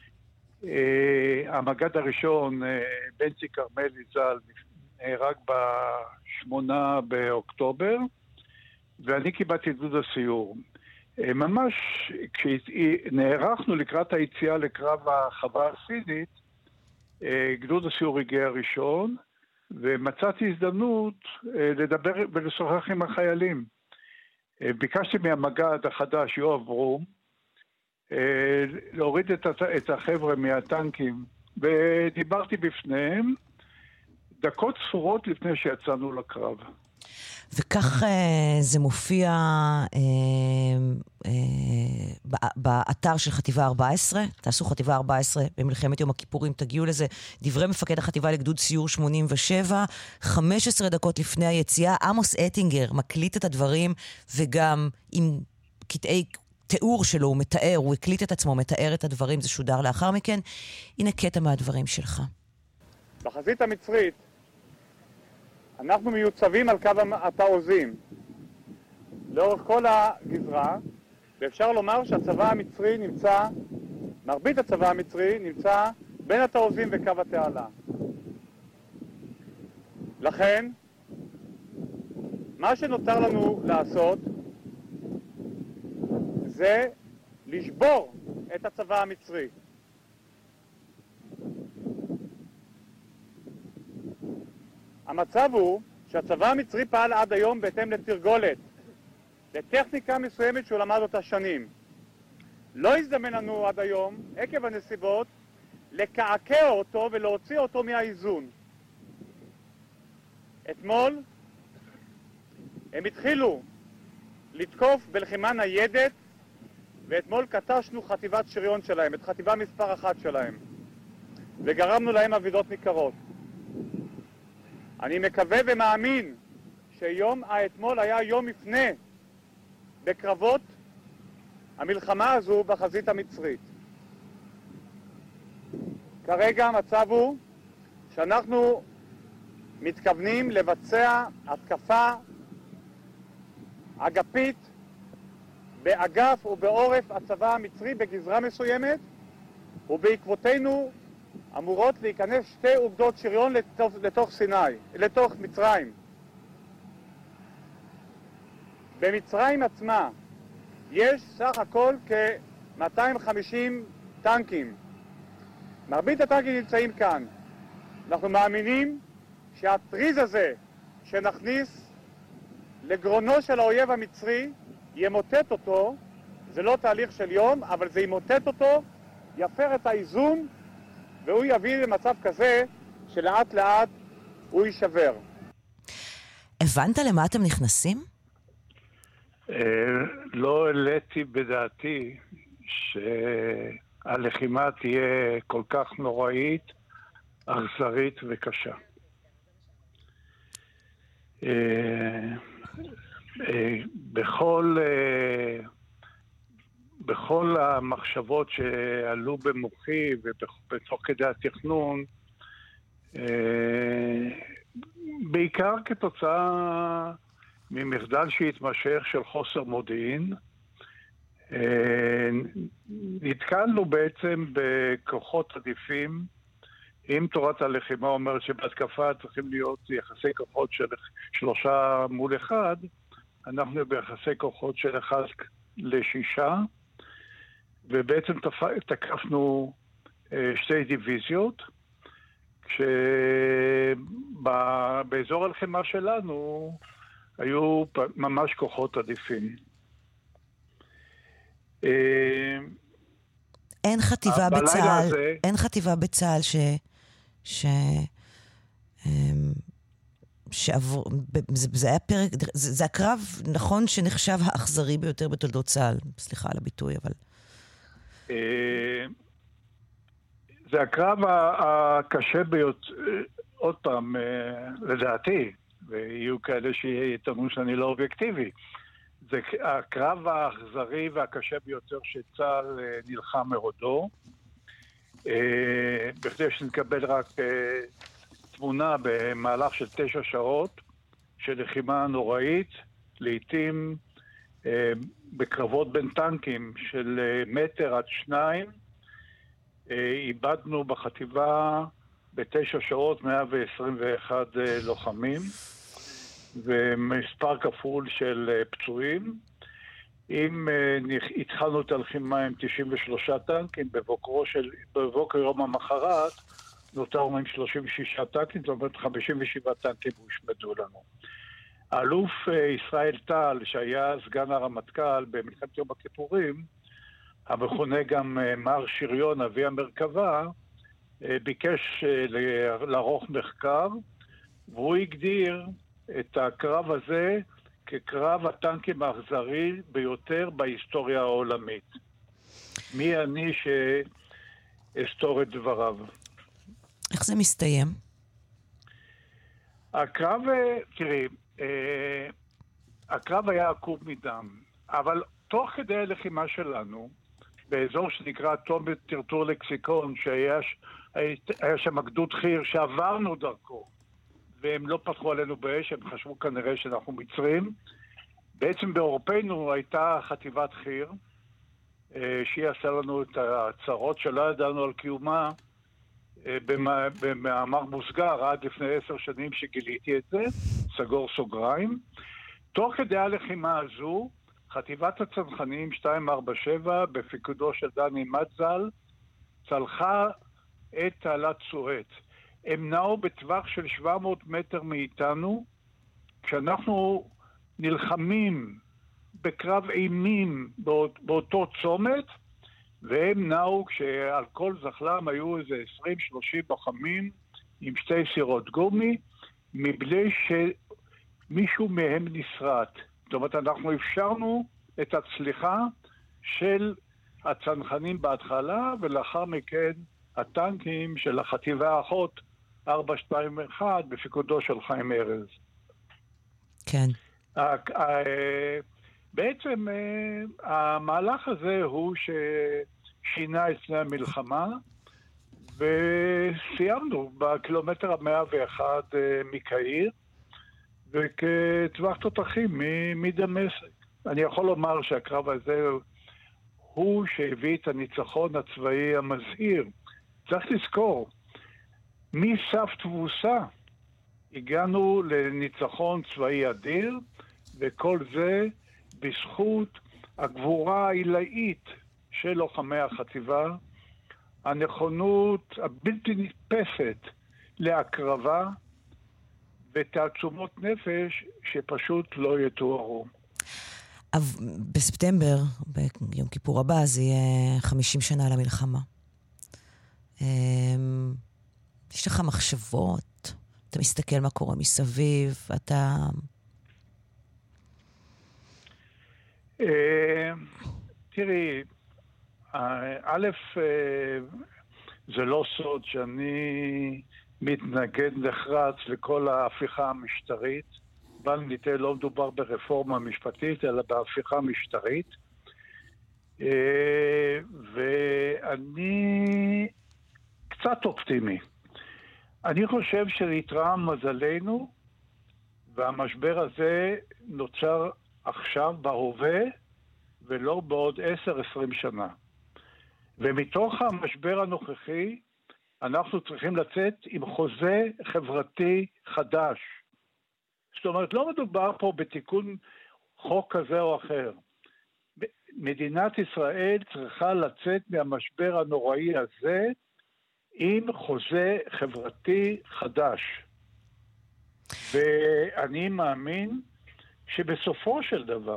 Speaker 10: המג"ד הראשון, בנצי כרמלי ז"ל, נהרג בשמונה באוקטובר, ואני קיבלתי את גדוד הסיור. ממש כשנערכנו לקראת היציאה לקרב החווה הסינית, גדוד הסיור הגיע הראשון, ומצאתי הזדמנות לדבר ולשוחח עם החיילים. ביקשתי מהמג"ד החדש, יואב ברום, להוריד את החבר'ה מהטנקים, ודיברתי בפניהם דקות ספורות לפני שיצאנו לקרב.
Speaker 3: וכך זה מופיע באתר של חטיבה ארבע עשרה, תעשו חטיבה ארבע עשרה במלחמת יום הכיפורים, תגיעו לזה, דברי מפקד החטיבה לגדוד סיור שמונים ושבע, חמש עשרה דקות לפני היציאה, עמוס אטינגר מקליט את הדברים, וגם עם קטעי תיאור שלו, הוא מתאר, הוא הקליט את עצמו, מתאר את הדברים, זה שודר לאחר מכן. הנה קטע מהדברים שלך.
Speaker 11: בחזית המצרית, אנחנו מיוצבים על קו התעוזים לאורך כל הגזרה, ואפשר לומר שהצבא המצרי נמצא, מרבית הצבא המצרי נמצא בין התעוזים וקו התעלה. לכן, מה שנותר לנו לעשות זה לשבור את הצבא המצרי. המצב הוא שהצבא המצרי פעל עד היום בהתאם לתרגולת, לטכניקה מסוימת שהוא למד אותה שנים. לא הזדמן לנו עד היום, עקב הנסיבות, לקעקע אותו ולהוציא אותו מהאיזון. אתמול הם התחילו לתקוף בלחימה ניידת, ואתמול קטשנו חטיבת שריון שלהם, את חטיבה מספר אחת שלהם, וגרמנו להם עבידות ניכרות. אני מקווה ומאמין שיום האתמול היה יום מפנה בקרבות המלחמה הזו בחזית המצרית. כרגע המצב הוא שאנחנו מתכוונים לבצע התקפה אגפית באגף ובעורף הצבא המצרי בגזרה מסוימת, ובעקבותינו אמורות להיכנס שתי אוגדות שריון לתוך, לתוך סיני, לתוך מצרים. במצרים עצמה יש סך הכל כ-מאתיים וחמישים טנקים. מרבית הטנקים נמצאים כאן. אנחנו מאמינים שהטריז הזה שנכניס לגרונו של האויב המצרי ימוטט אותו. זה לא תהליך של יום, אבל זה ימוטט אותו, יפר את האיזון, והוא יביא למצב כזה שלאט לאט הוא יישבר.
Speaker 3: הבנת למה אתם נכנסים?
Speaker 10: לא העליתי בדעתי שהלחימה תהיה כל כך נוראית אכזרית וקשה. בכל, בכל המחשבות שעלו במוחי ובתוך כדי התכנון, בעיקר כתוצאה ממחדל שהתמשך של חוסר מודיעין, נתקלנו בעצם בכוחות עדיפים. אם תורת הלחימה אומרת שבהתקפה צריכים להיות יחסי כוחות של שלושה מול אחד, אנחנו ביחסי כוחות של אחד לשישה, ובעצם תקפנו שתי דיוויזיות, כשבאזור הלחימה שלנו היו ממש כוחות עדיפים.
Speaker 3: אין חטיבה בצהל, הזה... אין חטיבה בצהל ש... ש... שעבור... זה, זה היה פרק, זה, זה הקרב, נכון, שנחשב האכזרי ביותר בתולדות צהל. סליחה על הביטוי, אבל...
Speaker 10: זה הקרב הקשה ביותר, עוד פעם, לדעתי, ויהיו כאלה שיתאמרו שאני לא אובייקטיבי. זה הקרב האכזרי והקשה ביותר שצה"ל נלחם מעודו. בכדי שנקבל רק תמונה במהלך של תשע שעות של לחימה נוראית, לעתים בקרבות בין טנקים של מטר עד שניים. איבדנו בחטיבה בתשע שעות מאה עשרים ואחד לוחמים ומספר כפול של פצועים. אם התחלנו את הלחימה עם תשעים ושלושה טנקים, בבוקרו של, בבוקר יום המחרת נותרנו עם שלושים ושישה טנקים, זאת אומרת חמישים ושבעה טנקים הושמדו לנו. האלוף ישראל טל, שהיה סגן הרמטכ"ל במלחמת יום הכיפורים, המכונה גם מר שריון, אבי המרכבה, ביקש לערוך מחקר, והוא הגדיר את הקרב הזה כקרב הטנקים האכזרי ביותר בהיסטוריה העולמית. מי אני שאסתור את דבריו?
Speaker 3: איך זה מסתיים?
Speaker 10: הקרב, תראי, הקרב היה עקוב מדם, אבל תוך כדי הלחימה שלנו, באזור שנקרא תום טרטור לקסיקון, שהיה היה שם גדוד חי"ר שעברנו דרכו, והם לא פתחו עלינו באש, הם חשבו כנראה שאנחנו מצרים. בעצם באורפנו הייתה חטיבת חי"ר, שהיא עשה לנו את הצרות שלא ידענו על קיומה, במאמר מוסגר עד לפני עשר שנים שגיליתי את זה, סגור סוגריים. תוך כדי הלחימה הזו, חטיבת הצנחנים שתיים ארבע שבע בפיקודו של דני מצל צלחה את תעלת צועט. הם נעו בטווח של שבע מאות מטר מאיתנו, כשאנחנו נלחמים בקרב אימים באות, באותו צומת, והם נעו כשעל כל זחלם היו איזה עשרים שלושים לוחמים עם שתי סירות גומי, מבלי שמישהו מהם נשרט. זאת אומרת, אנחנו אפשרנו את הצליחה של הצנחנים בהתחלה, ולאחר מכן הטנקים של החטיבה האחות ארבע שתיים אחת בפיקודו של חיים ארז.
Speaker 3: כן.
Speaker 10: בעצם המהלך הזה הוא ששינה את פני המלחמה, וסיימנו בקילומטר המאה ואחד מקהיר, וכטווח תותחים מדמשק. אני יכול לומר שהקרב הזה הוא שהביא את הניצחון הצבאי המזהיר. צריך לזכור, מסף תבוסה הגענו לניצחון צבאי אדיר, וכל זה בזכות הגבורה העילאית של לוחמי החטיבה, הנכונות הבלתי נתפסת להקרבה, ותעצומות נפש שפשוט לא יתוארו.
Speaker 3: בספטמבר, ביום כיפור הבא, זה יהיה חמישים שנה למלחמה. יש לך מחשבות? אתה מסתכל מה קורה מסביב? אתה...
Speaker 10: תראי, א', זה לא סוד שאני מתנגד נחרץ לכל ההפיכה המשטרית. בל נטעה, לא מדובר ברפורמה משפטית, אלא בהפיכה משטרית. ואני קצת אופטימי. אני חושב שלהתרעם מזלנו, והמשבר הזה נוצר עכשיו בהווה, ולא בעוד עשר עשרים שנה. ומתוך המשבר הנוכחי, אנחנו צריכים לצאת עם חוזה חברתי חדש. זאת אומרת, לא מדובר פה בתיקון חוק כזה או אחר. מדינת ישראל צריכה לצאת מהמשבר הנוראי הזה עם חוזה חברתי חדש. ואני מאמין שבסופו של דבר,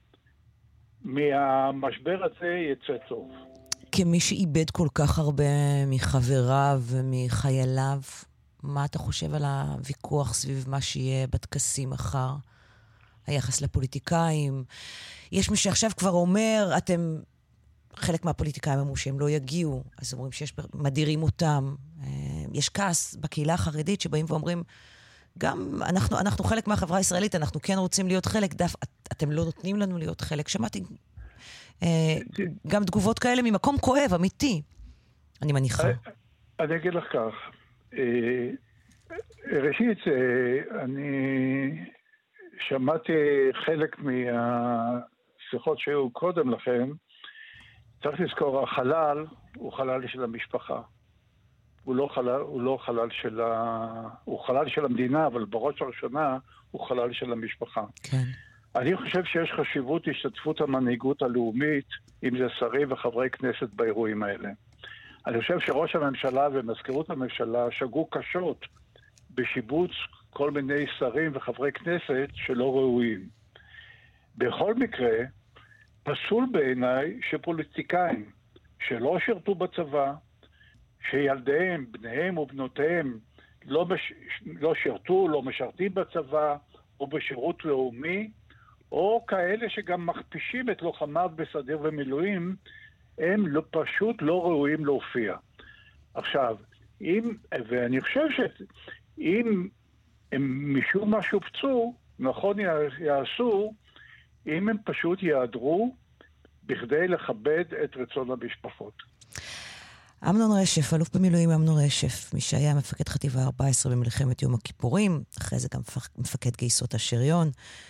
Speaker 10: מהמשבר הזה יצא טוב.
Speaker 3: כמי שאיבד כל כך הרבה מחבריו ומחייליו, מה אתה חושב על הוויכוח סביב מה שיהיה בטקסים מחר? היחס לפוליטיקאים? יש מי שעכשיו כבר אומר, אתם, חלק מהפוליטיקאים אמרו שהם לא יגיעו, אז אומרים שיש, מדירים אותם. יש כעס בקהילה החרדית שבאים ואומרים, גם אנחנו, אנחנו חלק מהחברה הישראלית, אנחנו כן רוצים להיות חלק, דף, את, אתם לא נותנים לנו להיות חלק. שמעתי אה, גם תגובות כאלה ממקום כואב, אמיתי, אני מניחה.
Speaker 10: אני אגיד לך כך, אה, ראשית, אה, אני שמעתי חלק מהשיחות שהיו קודם לכן. צריך לזכור, החלל הוא חלל של המשפחה. הוא לא חלל, הוא לא חלל של ה... הוא חלל של המדינה, אבל בראש הראשונה הוא חלל של המשפחה.
Speaker 3: כן.
Speaker 10: אני חושב שיש חשיבות השתתפות המנהיגות הלאומית, אם זה שרים וחברי כנסת באירועים האלה. אני חושב שראש הממשלה ומזכירות הממשלה שגו קשות בשיבוץ כל מיני שרים וחברי כנסת שלא ראויים. בכל מקרה, פסול בעיניי שפוליטיקאים שלא שירתו בצבא, שילדיהם, בניהם ובנותיהם לא, מש... לא שירתו, לא משרתים בצבא או בשירות לאומי, או כאלה שגם מכפישים את לוחמיו בסדיר ומילואים, הם לא, פשוט לא ראויים להופיע. עכשיו, אם, ואני חושב שאם הם משום מה שופצו, נכון יעשו, אם הם פשוט יעדרו בכדי לכבד את רצון המשפחות.
Speaker 3: אמנון רשף, אלוף במילואים אמנון רשף, מי שהיה מפקד חטיבה ארבע עשרה במלחמת יום הכיפורים, אחרי זה גם מפקד גייסות השריון,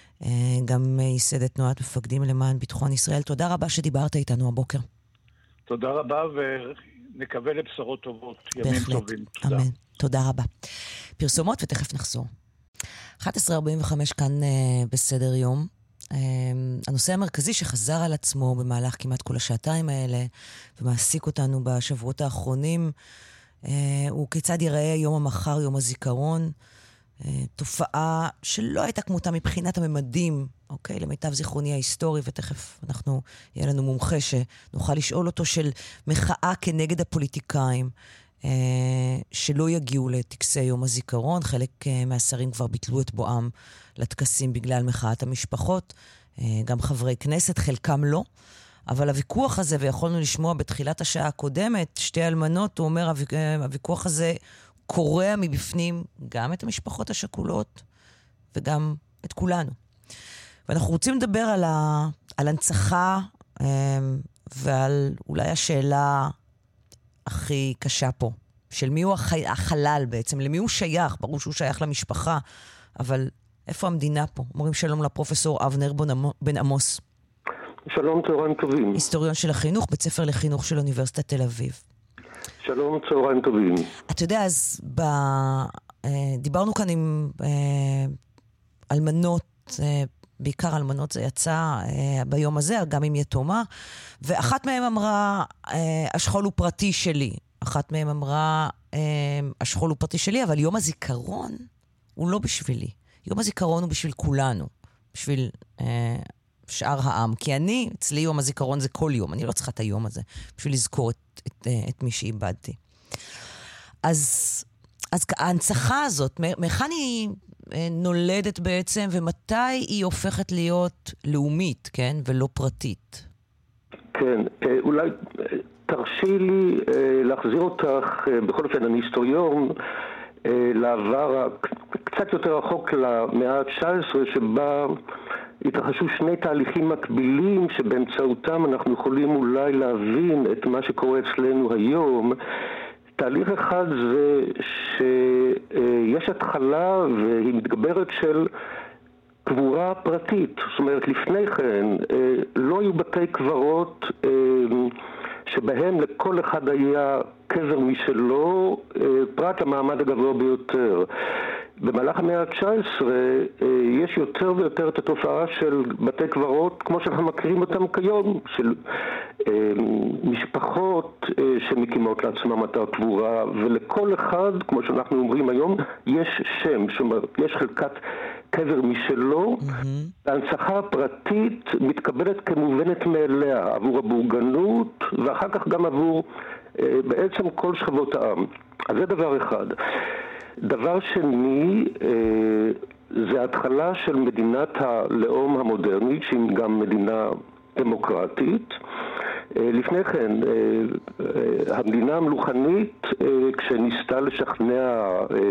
Speaker 3: גם ייסד את תנועת מפקדים למען ביטחון ישראל. תודה רבה שדיברת איתנו הבוקר.
Speaker 10: תודה רבה, ונקווה לבשורות טובות. ימים
Speaker 3: בהחלט.
Speaker 10: טובים. תודה.
Speaker 3: אמן. תודה רבה. פרסומות ותכף נחזור. אחת עשרה ארבעים וחמש כאן uh, בסדר יום. Uh, הנושא המרכזי שחזר על עצמו במהלך כמעט כל השעתיים האלה, ומעסיק אותנו בשבועות האחרונים, uh, הוא כיצד ייראה יום המחר, יום הזיכרון, uh, תופעה שלא הייתה כמותה מבחינת הממדים, אוקיי, למיטב זיכרוני ההיסטורי, ותכף אנחנו, יהיה לנו מומחה שנוכל לשאול אותו, של מחאה כנגד הפוליטיקאים, Uh, שלא יגיעו לטקסי יום הזיכרון. חלק uh, מהשרים כבר ביטלו את בואם לטקסים בגלל מחאת המשפחות, uh, גם חברי כנסת, חלקם לא. אבל הוויכוח הזה, ויכולנו לשמוע בתחילת השעה הקודמת, שתי אלמנות, הוא אומר, הוויכוח, הוויכוח הזה קורע מבפנים גם את המשפחות השכולות, וגם את כולנו. ואנחנו רוצים לדבר על, ה, על הנצחה, um, ועל אולי השאלה הכי קשה פה, של מי הוא הח... החלל בעצם, למי הוא שייך, ברור שהוא שייך למשפחה, אבל איפה המדינה פה? אומרים שלום לפרופסור אבנר בן עמוס.
Speaker 12: שלום, צהריים טובים.
Speaker 3: היסטוריון של החינוך, בית ספר לחינוך של אוניברסיטת תל אביב.
Speaker 12: שלום, צהריים טובים.
Speaker 3: אתה יודע, אז ב... דיברנו כאן עם אלמנות, בעיקר אלמנות זה יצא אה, ביום הזה, גם עם יתומה, ואחת מהם אמרה, אה, השכול הוא פרטי שלי. אחת מהם אמרה, אה, השכול הוא פרטי שלי, אבל יום הזיכרון הוא לא בשבילי. יום הזיכרון הוא בשביל כולנו, בשביל אה, שאר העם. כי אני, אצלי יום הזיכרון זה כל יום, אני לא צריכה את היום הזה, בשביל לזכור את, את, את, את מי שאיבדתי. אז, אז ההנצחה הזאת, מאיכן היא נולדת בעצם, ומתי היא הופכת להיות לאומית, כן? ולא פרטית?
Speaker 12: כן, אולי תרשי לי אה, להחזיר אותך, אה, בכל אופן אני היסטוריון, אה, לעבר קצת יותר רחוק למאה ה-תשע עשרה, שבה התרחשו שני תהליכים מקבילים שבאמצעותם אנחנו יכולים אולי להבין את מה שקורה אצלנו היום. תהליך אחד זה שיש התחלה והיא מתגברת של קבורה פרטית. זאת אומרת, לפני כן לא היו בתי קברות שבהם לכל אחד היה קבר משלו, פרט למעמד הגבוה ביותר. במהלך המאה ה-תשע עשרה יש יותר ויותר את התופעה של בתי קברות כמו שאנחנו מכירים אותם כיום, של משפחות שמקימות לעצמם אתר קבורה, ולכל אחד, כמו שאנחנו אומרים היום, יש שם, יש חלקת קבר משלו. ההנצחה הפרטית מתקבלת כמובנת מאליה עבור הבורגנות ואחר כך גם עבור בעצם כל שכבות העם. אז זה דבר אחד. דבר שני, זה התחלה של מדינת הלאום המודרנית, שהיא גם מדינה דמוקרטית. לפני כן, המדינה המלוכנית, כשניסתה לשכנע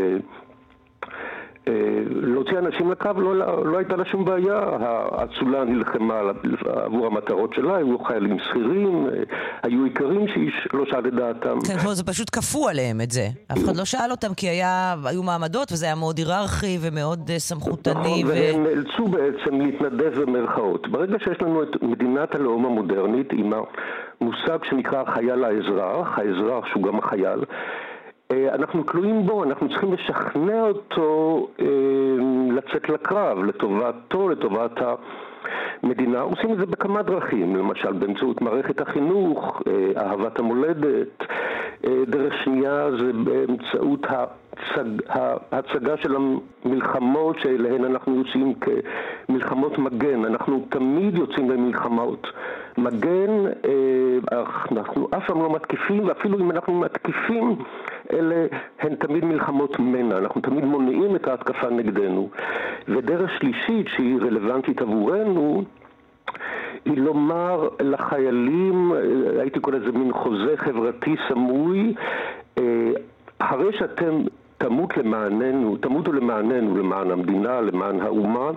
Speaker 12: להוציא אנשים לקו, לא, לא הייתה לה שום בעיה. האצולה נלחמה עבור המטרות שלה, היו חיילים שכירים, היו עיקרים שאיש לא שאל את דעתם.
Speaker 3: כן, זה פשוט כפו עליהם את זה. אף אחד לא שאל אותם כי היה, היו מעמדות וזה היה מאוד היררכי ומאוד סמכותני.
Speaker 12: נכון, והם נאלצו בעצם להתנדב במרכאות. ברגע שיש לנו את מדינת הלאום המודרנית עם המושג שנקרא חייל האזרח, האזרח שהוא גם החייל, אנחנו תלויים בו, אנחנו צריכים לשכנע אותו אה, לצאת לקרב, לטובתו, לטובת המדינה. עושים את זה בכמה דרכים, למשל באמצעות מערכת החינוך, אה, אהבת המולדת. אה, דרך שנייה זה באמצעות הצג, ההצגה של המלחמות שאליהן אנחנו יוצאים כמלחמות מגן. אנחנו תמיד יוצאים למלחמות מגן, אה, אנחנו אף פעם לא מתקיפים, ואפילו אם אנחנו מתקיפים, אלה הן תמיד מלחמות מנע, אנחנו תמיד מונעים את ההתקפה נגדנו. ודרך שלישית שהיא רלוונטית עבורנו, היא לומר לחיילים, הייתי קורא לזה מין חוזה חברתי סמוי, הרי שאתם תמות למעננו, תמותו למעננו, למען המדינה, למען האומה,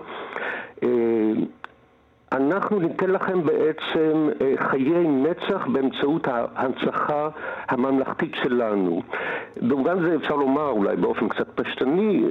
Speaker 12: אנחנו ניתן לכם בעצם חיי נצח באמצעות ההנצחה הממלכתית שלנו. במובן זה אפשר לומר אולי באופן קצת פשטני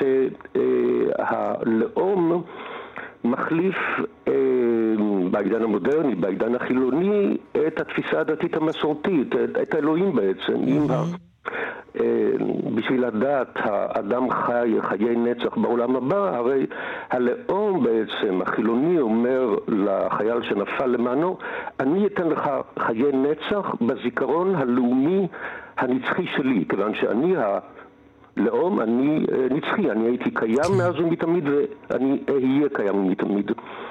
Speaker 12: שהלאום מחליף בעידן המודרני, בעידן החילוני, את התפיסה הדתית המסורתית, את האלוהים בעצם. אם בשביל לדעת האדם חי חיי נצח בעולם הבא, הרי הלאום בעצם, החילוני אומר לחייל שנפל למענו, אני אתן לך חיי נצח בזיכרון הלאומי הנצחי שלי, כיוון שאני הלאום, אני נצחי, אני הייתי קיים מאז ומתמיד ואני אהיה קיים מתמיד.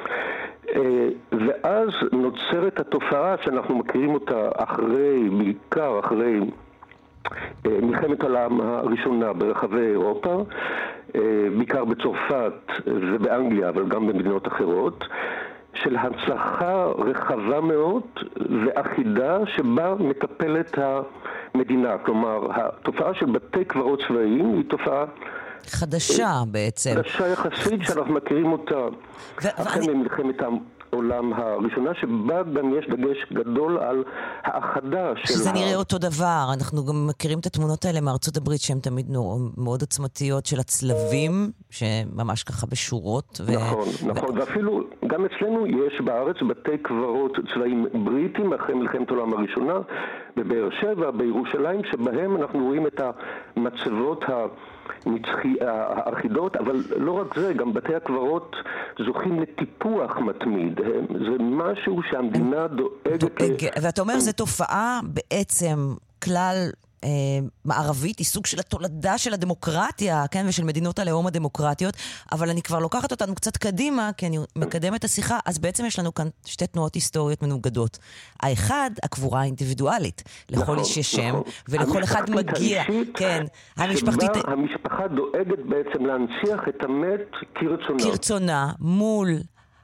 Speaker 12: ואז נוצרת התופעה שאנחנו מכירים אותה אחרי, בעיקר אחרי מלחמת העולם הראשונה ברחבי אירופה, בעיקר בצרפת ובאנגליה, אבל גם במדינות אחרות, של הנצחה רחבה מאוד ואחידה שבה מטפלת המדינה. כלומר, התופעה של בתי קברות צבאיים היא תופעה
Speaker 3: חדשה בעצם.
Speaker 12: חדשה יחסית שאנחנו מכירים אותה אחרי מלחמת העולם הראשונה, שבה גם יש דגש גדול על האחדה של...
Speaker 3: שזה נראה אותו דבר. אנחנו גם מכירים את התמונות האלה מארצות הברית שהן תמיד מאוד עצמתיות של הצלבים, שממש ככה בשורות.
Speaker 12: נכון, נכון. ואפילו גם אצלנו יש בארץ בתי קברות צבאיים בריטים אחרי מלחמת העולם הראשונה, בבאר שבע, בירושלים, שבהם אנחנו רואים את המצבות הנצחי, האחידות, אבל לא רק זה, גם בתי הקברות זוכים לטיפוח מתמיד. זה משהו שהמדינה דואגת...
Speaker 3: ואתה אומר, זו תופעה בעצם כלל אה, מערבית, היא סוג של התולדה של הדמוקרטיה, כן, ושל מדינות הלאום הדמוקרטיות, אבל אני כבר לוקחת אותנו קצת קדימה, כי אני מקדמת את השיחה, אז בעצם יש לנו כאן שתי תנועות היסטוריות מנוגדות. האחד, הקבורה האינדיבידואלית, לכל נכון, איש יש שם, נכון. ולכל אחד מגיע,
Speaker 12: האישית,
Speaker 3: כן, המשפחתית...
Speaker 12: שבה המשפחה דואגת בעצם להנציח את המת כרצונה.
Speaker 3: כרצונה, מול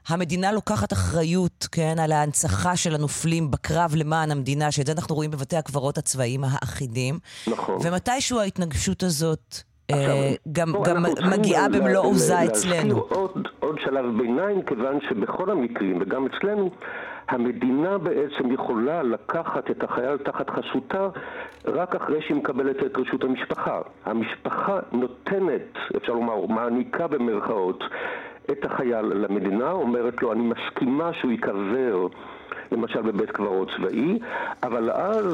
Speaker 3: המדינה לוקחת אחריות, כן, על ההנצחה של הנופלים בקרב למען המדינה, שאת זה אנחנו רואים בבתי הקברות הצבאיים האחידים.
Speaker 12: נכון.
Speaker 3: ומתישהו ההתנגשות הזאת
Speaker 12: עכשיו,
Speaker 3: אה, גם,
Speaker 12: פה
Speaker 3: גם
Speaker 12: אנחנו
Speaker 3: מגיעה
Speaker 12: צריכים
Speaker 3: במלוא
Speaker 12: לה-
Speaker 3: עוזה
Speaker 12: לה-
Speaker 3: אצלנו.
Speaker 12: להזכיר עוד, עוד שלב ביניים, כיוון שבכל המקרים, וגם אצלנו, המדינה בעצם יכולה לקחת את החייל תחת חסותה רק אחרי שהיא מקבלת את רשות המשפחה. המשפחה נותנת, אפשר לומר, מעניקה במרכאות, את החייל למדינה, אומרת לו, אני מסכימה שהוא יקבר למשל בבית קברות צבאי, אבל אז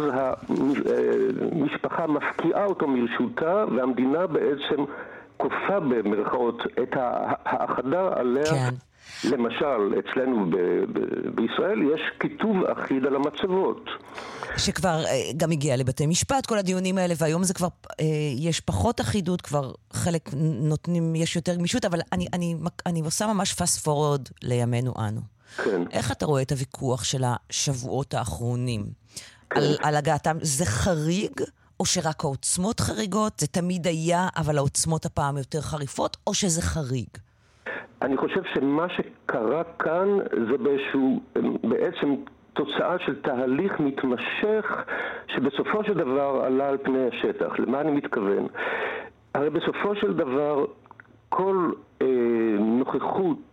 Speaker 12: המשפחה מפקיעה אותו מרשותה, והמדינה בעצם כופה במרכאות את האחדה עליה.
Speaker 3: כן.
Speaker 12: למשל, אצלנו ב- ב- בישראל יש כיתוב אחיד על המצבות.
Speaker 3: שכבר אה, גם הגיע לבתי משפט, כל הדיונים האלה, והיום זה כבר, אה, יש פחות אחידות, כבר חלק נותנים, יש יותר גמישות, אבל אני, אני, אני עושה ממש fast forward לימינו אנו.
Speaker 12: כן.
Speaker 3: איך אתה רואה את הוויכוח של השבועות האחרונים? כן. על, על הגעתם, זה חריג, או שרק העוצמות חריגות? זה תמיד היה, אבל העוצמות הפעם יותר חריפות, או שזה חריג?
Speaker 12: אני חושב שמה שקרה כאן זה באיזשהו, בעצם תוצאה של תהליך מתמשך שבסופו של דבר עלה על פני השטח. למה אני מתכוון? הרי בסופו של דבר כל אה, נוכחות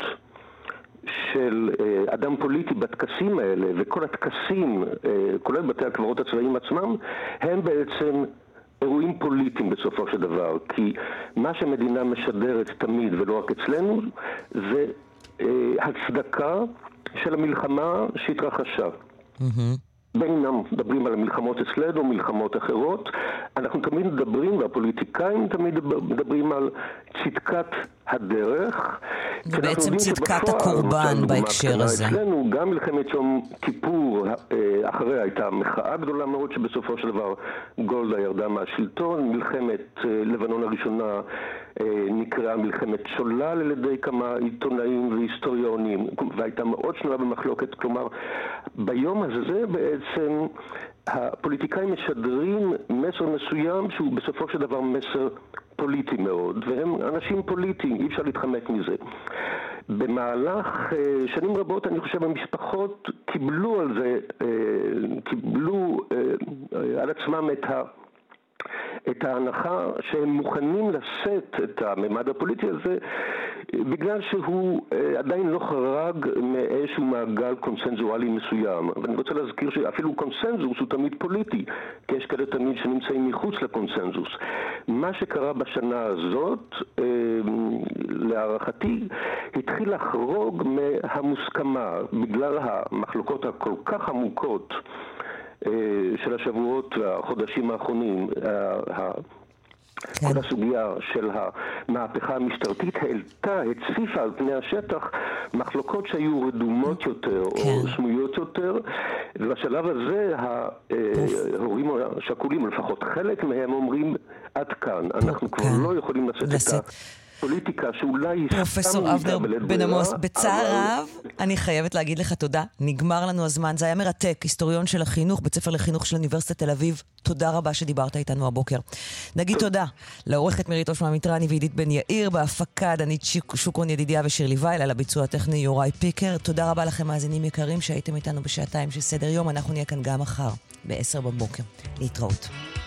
Speaker 12: של אה, אדם פוליטי בטקסים האלה, וכל הטקסים, אה, כולל בתי הקברות הצבאיים עצמם, הם בעצם אירועים פוליטיים בסופו של דבר, כי מה שמדינה משדרת תמיד, ולא רק אצלנו, זה אה, הצדקה של המלחמה שהתרחשה.
Speaker 3: Mm-hmm.
Speaker 12: בין אם מדברים על המלחמות אצלנו, מלחמות אחרות, אנחנו תמיד מדברים, והפוליטיקאים תמיד מדברים על צדקת הדרך.
Speaker 3: זה בעצם צדקת הקורבן בהקשר הזה.
Speaker 12: אצלנו גם מלחמת יום כיפור אחריה הייתה מחאה גדולה מאוד שבסופו של דבר גולדה ירדה מהשלטון. מלחמת לבנון הראשונה נקראה מלחמת שולל על ידי כמה עיתונאים והיסטוריונים, והייתה מאוד שנויה במחלוקת. כלומר, ביום הזה בעצם הפוליטיקאים משדרים מסר מסוים שהוא בסופו של דבר מסר פוליטי מאוד, והם אנשים פוליטיים, אי אפשר להתחמק מזה. במהלך uh, שנים רבות, אני חושב, המשפחות קיבלו על זה, uh, קיבלו uh, uh, על עצמם את ה... את ההנחה שהם מוכנים לשאת את הממד הפוליטי הזה בגלל שהוא אה, עדיין לא חרג מאיזשהו מעגל קונסנזואלי מסוים. ואני רוצה להזכיר שאפילו קונסנזוס הוא תמיד פוליטי, כי יש כאלה תמיד שנמצאים מחוץ לקונסנזוס. מה שקרה בשנה הזאת, אה, להערכתי, התחיל לחרוג מהמוסכמה בגלל המחלוקות הכל כך עמוקות של השבועות והחודשים האחרונים. כל הסוגיה של המהפכה המשטרתית העלתה, הציפה על פני השטח מחלוקות שהיו רדומות יותר או סמויות יותר, ובשלב הזה ההורים השכולים, או לפחות חלק מהם, אומרים עד כאן, אנחנו כבר לא יכולים לשאת את פוליטיקה שאולי
Speaker 3: פרופסור אבנר בן עמוס, בצער רב אני חייבת להגיד לך תודה, נגמר לנו הזמן, זה היה מרתק, היסטוריון של החינוך, בית ספר לחינוך של אוניברסיטת תל אביב, תודה רבה שדיברת איתנו הבוקר. נגיד תודה לעורכת מירית אושמן מיטרני ועידית בן יאיר, בהפקה דנית שוקרון ידידיה ושירלי וייל, על הביצוע הטכני יוראי פיקר. תודה רבה לכם מאזינים יקרים שהייתם איתנו בשעתיים של סדר יום, אנחנו נהיה כאן גם מחר בעשר בבוקר. להתראות.